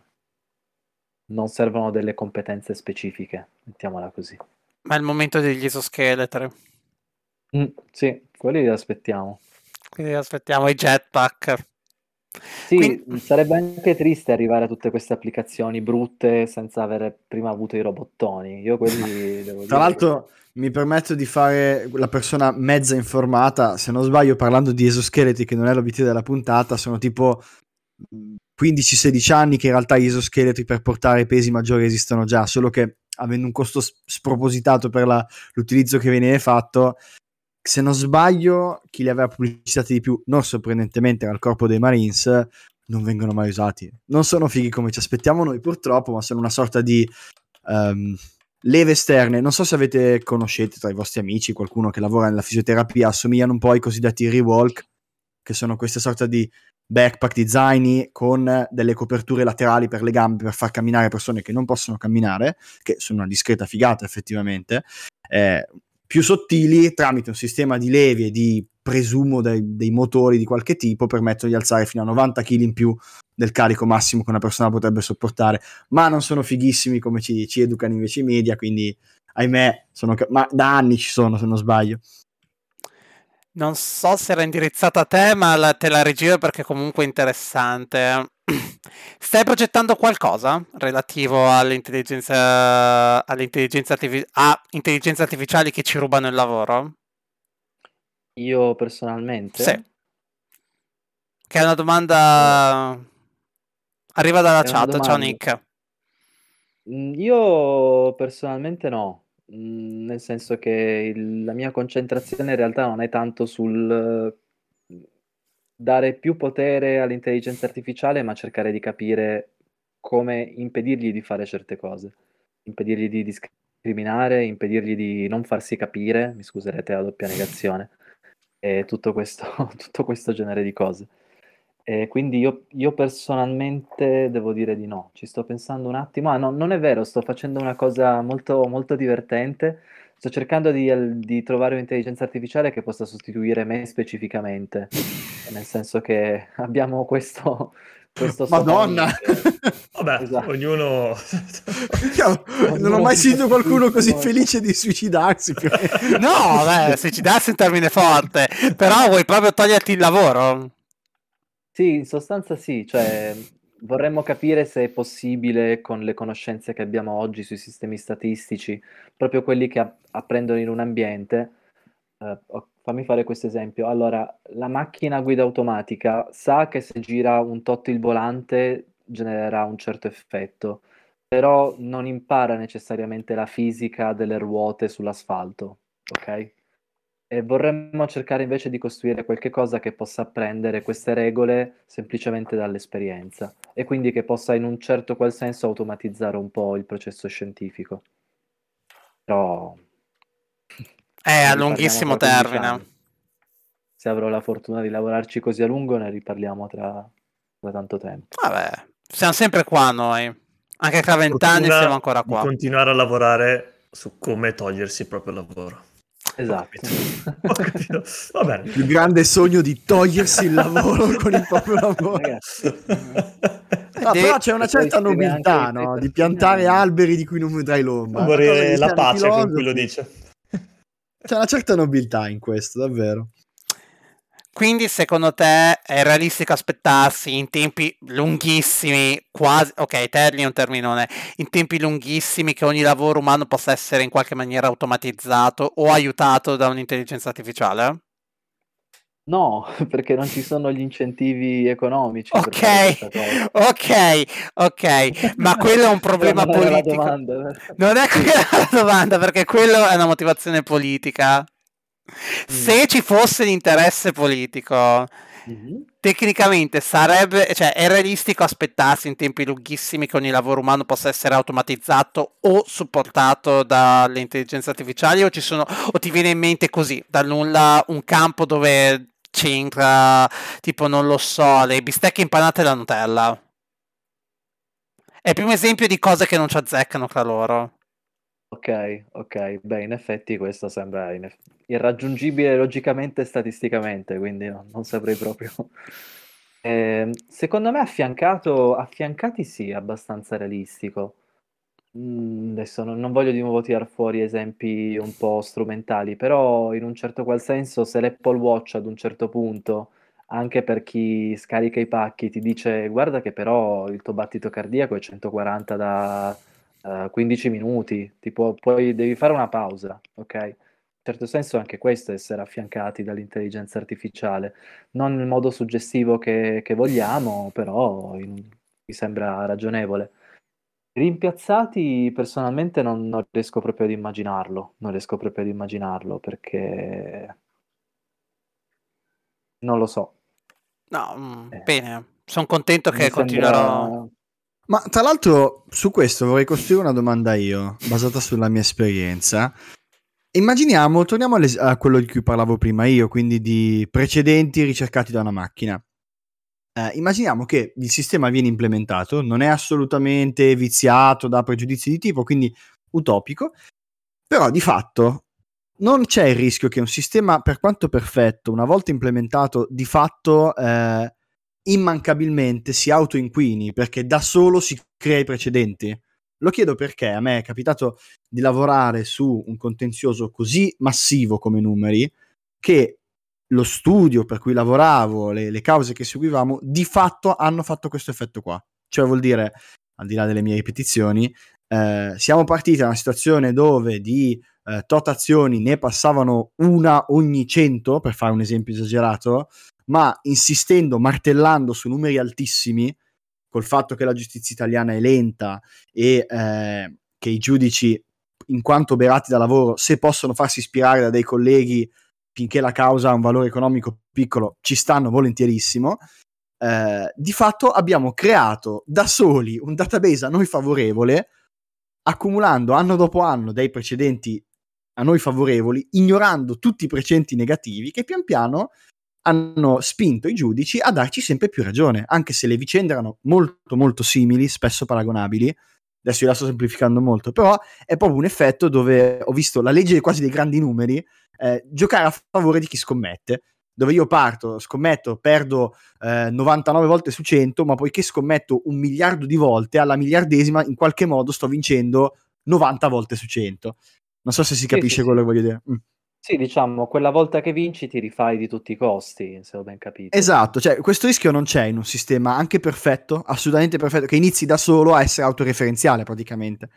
non servono delle competenze specifiche, mettiamola così. ma è il momento degli esoscheletri. Sì, quelli li aspettiamo. Quindi aspettiamo i jetpack. Sì, Quindi, sarebbe anche triste arrivare a tutte queste applicazioni brutte senza avere prima avuto i robottoni. Io quelli devo Tra dire che... l'altro mi permetto di fare la persona mezza informata, se non sbaglio parlando di esoscheletri, che non è l'obiettivo della puntata, sono tipo 15-16 anni che in realtà gli esoscheletri per portare pesi maggiori esistono già, solo che avendo un costo spropositato per l'utilizzo che viene fatto, se non sbaglio chi li aveva pubblicitati di più, non sorprendentemente era il corpo dei Marines, non vengono mai usati. Non sono fighi come ci aspettiamo noi purtroppo, ma sono una sorta di leve esterne. Non so se conoscete tra i vostri amici qualcuno che lavora nella fisioterapia, assomigliano un po' ai cosiddetti rewalk, che sono queste sorta di backpack, di zaini con delle coperture laterali per le gambe per far camminare persone che non possono camminare, che sono una discreta figata effettivamente, più sottili, tramite un sistema di levi e di, presumo, dei motori di qualche tipo, permettono di alzare fino a 90 kg in più del carico massimo che una persona potrebbe sopportare, ma non sono fighissimi come ci educano invece i media, quindi ahimè, ma da anni ci sono, se non sbaglio. Non so se era indirizzata a te, ma te la rigiro perché comunque è interessante. Stai progettando qualcosa relativo a intelligenze artificiali che ci rubano il lavoro? Io personalmente? Sì. Che è una domanda... Arriva dalla È una chat, ciao domanda. Nick. Io personalmente no, nel senso che la mia concentrazione in realtà non è tanto sul dare più potere all'intelligenza artificiale, ma cercare di capire come impedirgli di fare certe cose, impedirgli di discriminare, impedirgli di non farsi capire, mi scuserete la doppia negazione, e tutto questo, tutto questo genere di cose. E quindi io personalmente devo dire di no, ci sto pensando un attimo. Ah, no, non è vero, sto facendo una cosa molto, molto divertente. Sto cercando di trovare un'intelligenza artificiale che possa sostituire me specificamente, nel senso che abbiamo questo Madonna! Vabbè, Esatto. ognuno... Non ho mai sentito qualcuno così felice di suicidarsi. No, beh, suicidarsi è un termine forte, però vuoi proprio toglierti il lavoro? Sì, in sostanza sì, cioè vorremmo capire se è possibile con le conoscenze che abbiamo oggi sui sistemi statistici, proprio quelli che apprendono in un ambiente. Fammi fare questo esempio. Allora, la macchina a guida automatica sa che se gira un tot il volante genererà un certo effetto, però non impara necessariamente la fisica delle ruote sull'asfalto, ok? E vorremmo cercare invece di costruire qualche cosa che possa apprendere queste regole semplicemente dall'esperienza e quindi che possa in un certo qual senso automatizzare un po' il processo scientifico. Però È ne a riparliamo lunghissimo tra 15 termine. anni. Se avrò la fortuna di lavorarci così a lungo, ne riparliamo tra tanto tempo. Vabbè, siamo sempre qua noi. Anche tra 20 anni siamo ancora di qua. continuare a lavorare su come togliersi il proprio lavoro. Esatto. Ho capito. Va bene. Il grande sogno di togliersi il lavoro con il proprio lavoro. Ragazzi, No, però c'è una e poi certa scrive nobiltà, anche i no? Di paper piantare finali. alberi di cui non vedrai l'ombra. Non È una cosa vorrei che la dice ai pace con cui lo filosofi. dice. C'è una certa nobiltà in questo, davvero. Quindi secondo te è realistico aspettarsi in tempi lunghissimi, quasi, ok, termine è un terminone, in tempi lunghissimi che ogni lavoro umano possa essere in qualche maniera automatizzato o aiutato da un'intelligenza artificiale? No, perché non ci sono gli incentivi economici per fare questa cosa. Ok, ma quello è un Però problema non era la politico. domanda. Non è Sì. quella la domanda, perché quello è una motivazione politica. Se ci fosse l'interesse politico, Mhm. tecnicamente sarebbe, cioè è realistico aspettarsi in tempi lunghissimi che ogni lavoro umano possa essere automatizzato o supportato dalle intelligenze artificiali, o ti viene in mente così, dal nulla, un campo dove c'entra, tipo, non lo so, le bistecche impanate alla Nutella. È il primo esempio di cose che non ci azzeccano tra loro. Ok. Beh, in effetti questo sembra irraggiungibile logicamente e statisticamente, quindi non saprei proprio. Secondo me affiancati sì, abbastanza realistico. Adesso non voglio di nuovo tirar fuori esempi un po' strumentali, però in un certo qual senso se l'Apple Watch ad un certo punto, anche per chi scarica i pacchi, ti dice guarda che però il tuo battito cardiaco è 140 da 15 minuti, poi devi fare una pausa, ok? In certo senso anche questo è essere affiancati dall'intelligenza artificiale, non nel modo suggestivo che vogliamo, però mi sembra ragionevole. Rimpiazzati personalmente non riesco proprio ad immaginarlo, non riesco proprio ad immaginarlo perché non lo so. No, Eh, bene, sono contento mi che continuerò. sembra... Ma tra l'altro su questo vorrei costruire una domanda io, basata sulla mia esperienza. Immaginiamo, torniamo a quello di cui parlavo prima io, quindi di precedenti ricercati da una macchina. Immaginiamo che il sistema viene implementato, non è assolutamente viziato da pregiudizi di tipo, quindi utopico, però di fatto non c'è il rischio che un sistema, per quanto perfetto, una volta implementato, di fatto immancabilmente si autoinquini, perché da solo si crea i precedenti. Lo chiedo perché a me è capitato di lavorare su un contenzioso così massivo come numeri, che lo studio per cui lavoravo, le cause che seguivamo, di fatto hanno fatto questo effetto qua. Cioè vuol dire, al di là delle mie ripetizioni, siamo partiti da una situazione dove di tot azioni ne passavano una ogni 100, per fare un esempio esagerato, ma insistendo, martellando su numeri altissimi, col fatto che la giustizia italiana è lenta e che i giudici, in quanto oberati da lavoro, se possono farsi ispirare da dei colleghi finché la causa ha un valore economico piccolo, ci stanno volentierissimo. Di fatto abbiamo creato da soli un database a noi favorevole, accumulando anno dopo anno dei precedenti a noi favorevoli, ignorando tutti i precedenti negativi che pian piano hanno spinto i giudici a darci sempre più ragione, anche se le vicende erano molto molto simili, spesso paragonabili. Adesso io la sto semplificando molto, però è proprio un effetto dove ho visto la legge quasi dei grandi numeri giocare a favore di chi scommette, dove io parto, scommetto, perdo 99 volte su 100, ma poiché scommetto 1 miliardo di volte, alla miliardesima in qualche modo sto vincendo 90 volte su 100. Non so se si capisce quello che voglio dire. Sì, diciamo, quella volta che vinci ti rifai di tutti i costi, se ho ben capito. Esatto, cioè questo rischio non c'è in un sistema anche perfetto, assolutamente perfetto, che inizi da solo a essere autoreferenziale praticamente.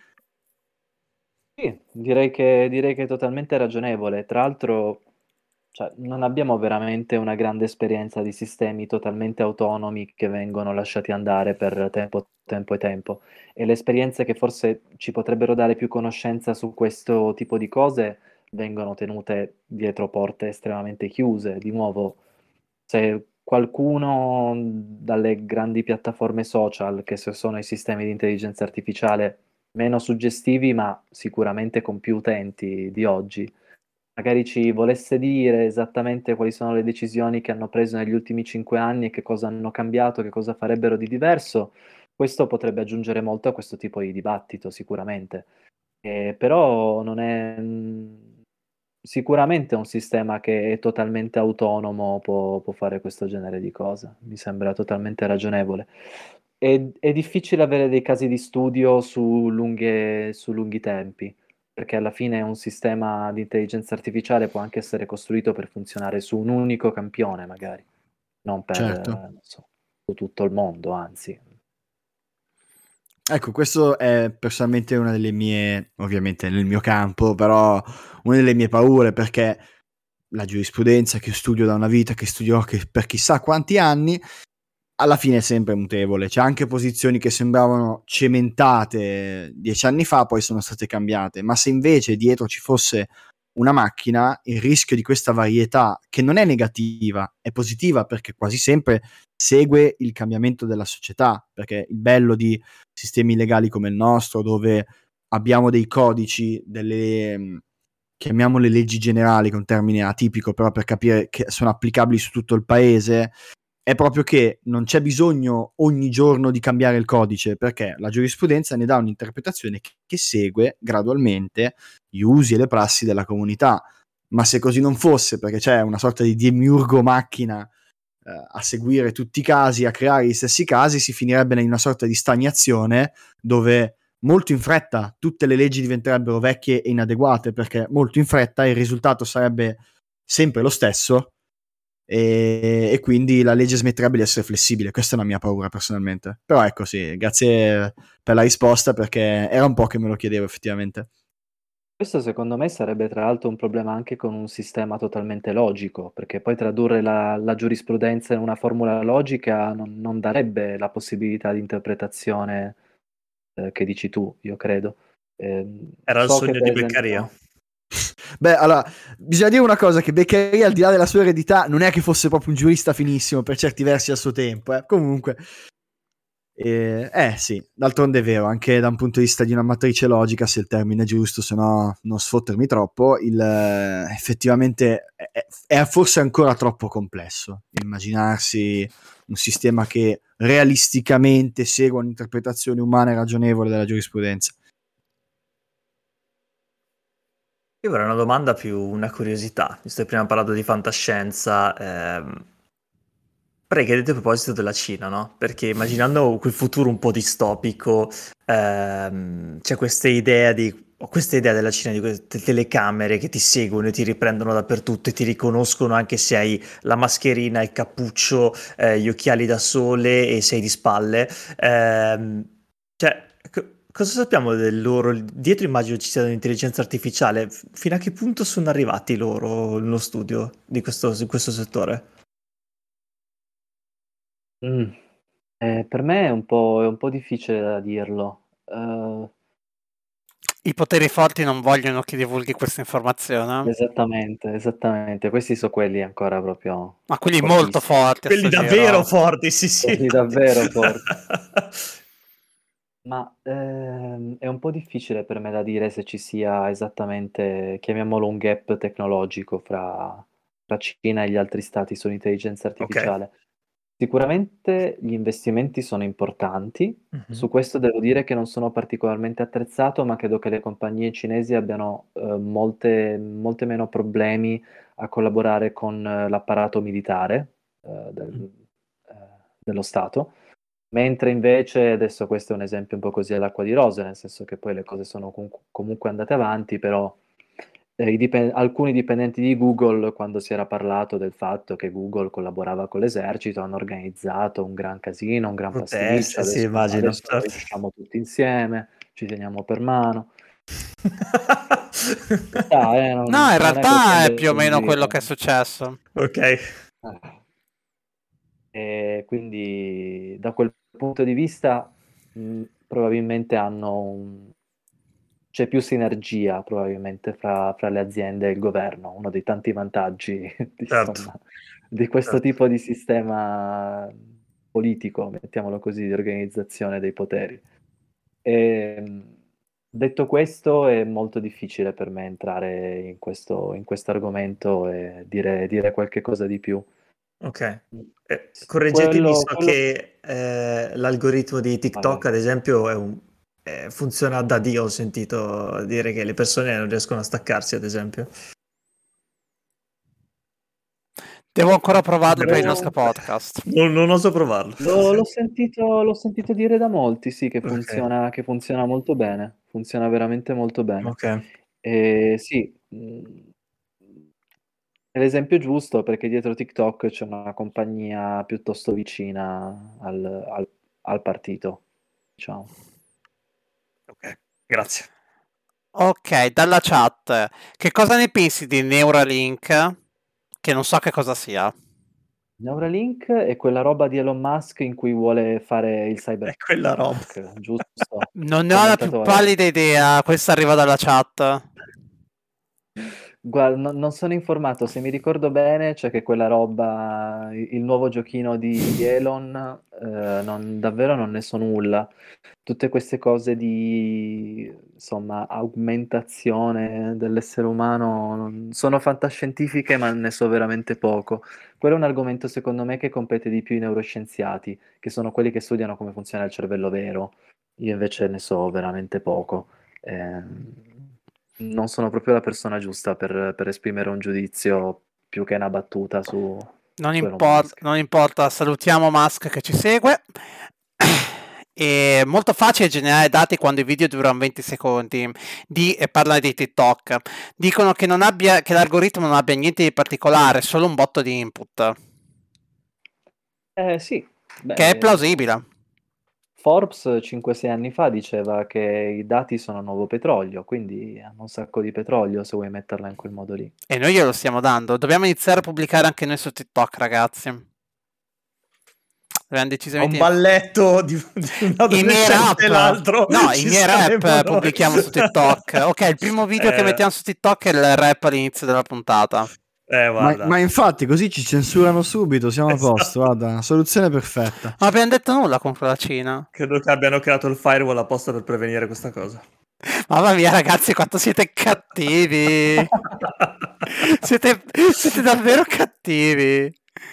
Sì, direi che è totalmente ragionevole. Tra l'altro, cioè, non abbiamo veramente una grande esperienza di sistemi totalmente autonomi che vengono lasciati andare per tempo e tempo. E le esperienze che forse ci potrebbero dare più conoscenza su questo tipo di cose vengono tenute dietro porte estremamente chiuse. Di nuovo, se qualcuno dalle grandi piattaforme social, che sono i sistemi di intelligenza artificiale meno suggestivi, ma sicuramente con più utenti di oggi, magari ci volesse dire esattamente quali sono le decisioni che hanno preso negli ultimi 5 anni e che cosa hanno cambiato, che cosa farebbero di diverso, questo potrebbe aggiungere molto a questo tipo di dibattito, sicuramente. Però non è sicuramente un sistema che è totalmente autonomo, può fare questo genere di cose. Mi sembra totalmente ragionevole. È difficile avere dei casi di studio su lunghi tempi, perché alla fine un sistema di intelligenza artificiale può anche essere costruito per funzionare su un unico campione, magari, non per, Certo. non so, su tutto il mondo, anzi. Ecco, questo è personalmente una delle mie, ovviamente nel mio campo, però una delle mie paure, perché la giurisprudenza che studio da una vita, che studio per chissà quanti anni, alla fine è sempre mutevole. C'è anche posizioni che sembravano cementate 10 anni fa, poi sono state cambiate. Ma se invece dietro ci fosse una macchina, il rischio di questa varietà, che non è negativa, è positiva perché quasi sempre segue il cambiamento della società, perché il bello di sistemi legali come il nostro, dove abbiamo dei codici, delle chiamiamole leggi generali, che è un termine atipico, però per capire che sono applicabili su tutto il paese, è proprio che non c'è bisogno ogni giorno di cambiare il codice, perché la giurisprudenza ne dà un'interpretazione che segue gradualmente gli usi e le prassi della comunità. Ma se così non fosse, perché c'è una sorta di demiurgo macchina a seguire tutti i casi, a creare gli stessi casi, si finirebbe in una sorta di stagnazione dove molto in fretta tutte le leggi diventerebbero vecchie e inadeguate, perché molto in fretta il risultato sarebbe sempre lo stesso e quindi la legge smetterebbe di essere flessibile. Questa è una mia paura personalmente. Però ecco, sì, grazie per la risposta, perché era un po' che me lo chiedevo effettivamente. Questo secondo me sarebbe tra l'altro un problema anche con un sistema totalmente logico, perché poi tradurre la giurisprudenza in una formula logica non darebbe la possibilità di interpretazione che dici tu, io credo. Era il So che sogno per di Beccaria. esempio, Beh, allora, bisogna dire una cosa, che Beccaria, al di là della sua eredità, non è che fosse proprio un giurista finissimo per certi versi al suo tempo, Comunque, Sì, d'altronde è vero, anche da un punto di vista di una matrice logica, se il termine è giusto, se no non sfottermi troppo, effettivamente è forse ancora troppo complesso immaginarsi un sistema che realisticamente segua un'interpretazione umana e ragionevole della giurisprudenza. Io avrei una domanda più una curiosità, visto che prima hai parlato di fantascienza. Vorrei chiederti a proposito della Cina, no? Perché immaginando quel futuro un po' distopico, c'è ho questa idea della Cina di queste telecamere che ti seguono e ti riprendono dappertutto e ti riconoscono anche se hai la mascherina, il cappuccio, gli occhiali da sole e sei di spalle. Cioè, cosa sappiamo del loro? Dietro immagino ci sia un'intelligenza artificiale. Fino a che punto sono arrivati loro nello studio di questo settore? Per me è un po' difficile da dirlo. I poteri forti non vogliono che divulghi questa informazione. Esattamente. Questi sono quelli ancora proprio Ma quelli molto fortissimi. forti. a Quelli sto davvero giro. forti, sì. Quelli davvero forti. Ma è un po' difficile per me da dire se ci sia esattamente, chiamiamolo un gap tecnologico fra Cina e gli altri stati sull'intelligenza Ok. artificiale. Sicuramente gli investimenti sono importanti, Mhm. su questo devo dire che non sono particolarmente attrezzato, ma credo che le compagnie cinesi abbiano molte meno problemi a collaborare con l'apparato militare eh, dello Stato. Mentre invece, adesso questo è un esempio un po' così all'acqua di rose, nel senso che poi le cose sono comunque andate avanti, però alcuni dipendenti di Google, quando si era parlato del fatto che Google collaborava con l'esercito, hanno organizzato un gran casino, un gran pasticcio, Proteste, sì, immagino. adesso noi usciamo tutti insieme, ci teniamo per mano. Non No, in è realtà è questione più o di meno quello dire. che è successo. Ok. E quindi da quel punto di vista probabilmente c'è più sinergia probabilmente fra le aziende e il governo, uno dei tanti vantaggi Certo. insomma, di questo Certo. tipo di sistema politico, mettiamolo così, di organizzazione dei poteri. Detto questo, è molto difficile per me entrare in questo argomento e dire qualche cosa di più. Ok. Correggetemi, so Quello. che l'algoritmo di TikTok, Vai. ad esempio, funziona da Dio. Ho sentito dire che le persone non riescono a staccarsi, ad esempio. Devo ancora provarlo per il Vero? nostro podcast. Non oso provarlo. L'ho sentito dire da molti, sì, che Ok. funziona molto bene, funziona veramente molto bene. Ok. Sì, è l'esempio giusto perché dietro TikTok c'è una compagnia piuttosto vicina al partito, diciamo. Ok. Grazie. Ok, dalla chat, che cosa ne pensi di Neuralink? Che non so che cosa sia. Neuralink è quella roba di Elon Musk in cui vuole fare il È quella roba. cyberpunk, giusto? Non ne ho la più Commentatore. pallida idea, questa arriva dalla chat. Guarda, non sono informato, se mi ricordo bene, c'è che quella roba, il nuovo giochino di Elon, davvero non ne so nulla. Tutte queste cose di, insomma, augmentazione dell'essere umano sono fantascientifiche, ma ne so veramente poco. Quello è un argomento, secondo me, che compete di più ai neuroscienziati, che sono quelli che studiano come funziona il cervello vero. Io invece ne so veramente poco. Non sono proprio la persona giusta per esprimere un giudizio più che una battuta su Elon Musk. Non importa, salutiamo Musk che ci segue. È molto facile generare dati quando i video durano 20 secondi e parlare di TikTok. Dicono che l'algoritmo non abbia niente di particolare, solo un botto di input. Sì, Che è plausibile. Forbes 5-6 anni fa diceva che i dati sono nuovo petrolio, quindi hanno un sacco di petrolio se vuoi metterla in quel modo lì. E noi glielo stiamo dando. Dobbiamo iniziare a pubblicare anche noi su TikTok, ragazzi. Abbiamo A un decisamente balletto di un adolescente e l'altro. No, i ci miei saremo rap noi. pubblichiamo su TikTok. Ok, il primo video che mettiamo su TikTok è il rap all'inizio della puntata. Guarda. Ma infatti così ci censurano subito, siamo a Esatto. posto, guarda, soluzione perfetta. Non abbiamo detto nulla contro la Cina. Credo che abbiano creato il firewall apposta per prevenire questa cosa. Mamma mia, ragazzi, quanto siete cattivi! siete davvero cattivi.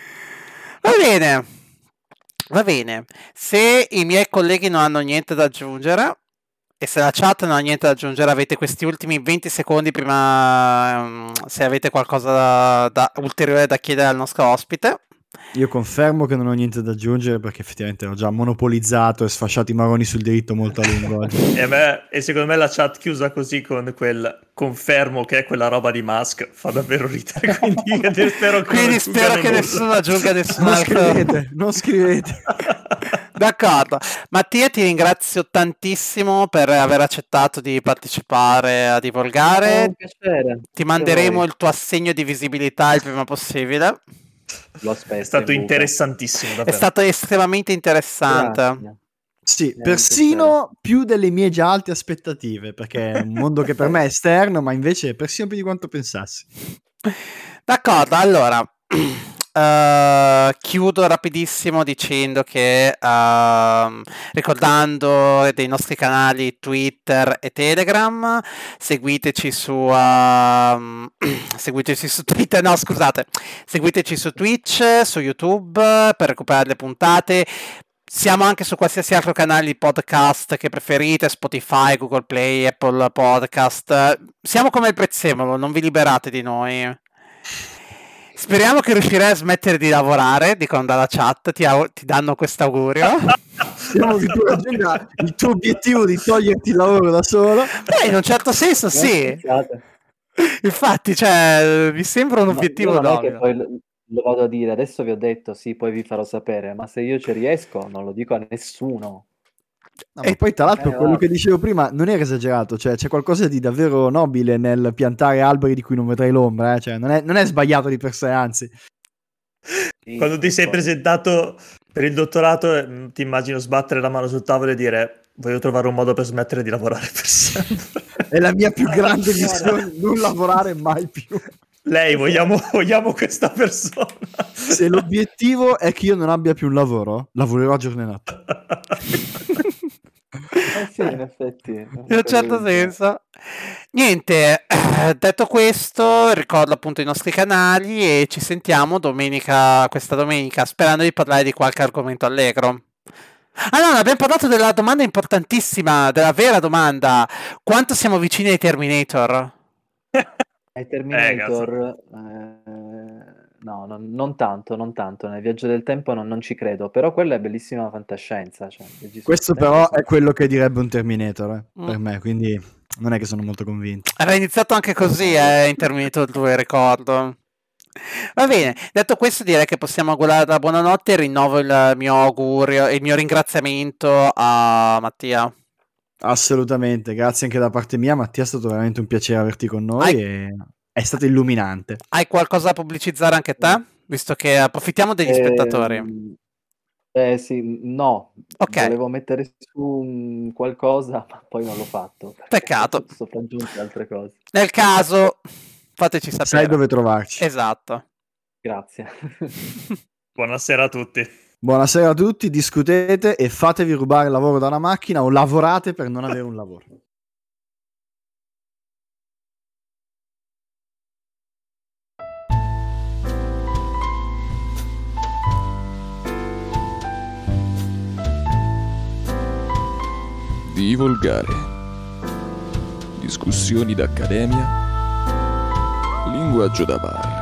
Va bene. Se i miei colleghi non hanno niente da aggiungere, e se la chat non ha niente da aggiungere, avete questi ultimi 20 secondi prima, se avete qualcosa da ulteriore da chiedere al nostro ospite. Io confermo che non ho niente da aggiungere perché effettivamente ho già monopolizzato e sfasciato i maroni sul diritto molto a lungo oggi. E secondo me la chat chiusa così con quel confermo che è quella roba di Musk fa davvero ridere, quindi spero che nessuno aggiunga nessun altro. Non scrivete. D'accordo. Mattia, ti ringrazio tantissimo per aver accettato di partecipare a Divolgare. È un piacere. Ti manderemo il tuo assegno di visibilità il prima possibile. Lo aspetto. È stato interessantissimo, davvero. È stato estremamente interessante. Grazie. Sì, persino più delle mie già alte aspettative, perché è un mondo che per me è esterno, ma invece è persino più di quanto pensassi. D'accordo, allora chiudo rapidissimo dicendo che ricordando dei nostri canali Twitter e Telegram, seguiteci su Twitter, no scusate, seguiteci su Twitch, su YouTube per recuperare le puntate. Siamo anche su qualsiasi altro canale di podcast che preferite, Spotify, Google Play, Apple Podcast. Siamo come il prezzemolo, non vi liberate di noi. Speriamo che riuscirai a smettere di lavorare, dicono dalla chat, ti danno questo augurio. Speriamo che tu raggiunga il tuo obiettivo di toglierti il lavoro da solo. Beh, in un certo senso sì. Infatti, cioè, mi sembra un obiettivo non è che poi lo vado a dire, adesso vi ho detto sì, poi vi farò sapere, ma se io ci riesco non lo dico a nessuno. No, e poi tra l'altro quello che dicevo prima non era esagerato, cioè c'è qualcosa di davvero nobile nel piantare alberi di cui non vedrai l'ombra, cioè non è sbagliato di per sé, anzi. Sì, quando ti sei presentato per il dottorato ti immagino sbattere la mano sul tavolo e dire voglio trovare un modo per smettere di lavorare per sempre. È la mia più grande missione, non lavorare mai più. Lei, vogliamo questa persona. Se l'obiettivo è che io non abbia più un lavoro, lavorerò giorno e notte. Sì, in effetti. In un certo senso. Niente, detto questo, ricordo appunto i nostri canali e ci sentiamo questa domenica, sperando di parlare di qualche argomento allegro. Ah no, abbiamo parlato della domanda importantissima, della vera domanda. Quanto siamo vicini ai Terminator? Ai Terminator, no, non tanto, nel viaggio del tempo non ci credo, però quella è bellissima fantascienza. Cioè, questo però è quello che direbbe un Terminator per me, quindi non è che sono molto convinto. Era iniziato anche così in Terminator 2, ricordo. Va bene, detto questo direi che possiamo augurare la buonanotte e rinnovo il mio augurio e il mio ringraziamento a Mattia. Assolutamente, grazie anche da parte mia Mattia, è stato veramente un piacere averti con noi e è stato illuminante. Hai qualcosa da pubblicizzare anche te? Visto che approfittiamo degli spettatori. Sì, no, okay. Volevo mettere su qualcosa ma poi non l'ho fatto. Peccato. Sono aggiunte altre cose. Nel caso fateci sapere. Sai dove trovarci. Esatto. Grazie. Buonasera a tutti. Buonasera a tutti, discutete e fatevi rubare il lavoro da una macchina o lavorate per non avere un lavoro. Divolgare. Discussioni d'accademia. Linguaggio da bar.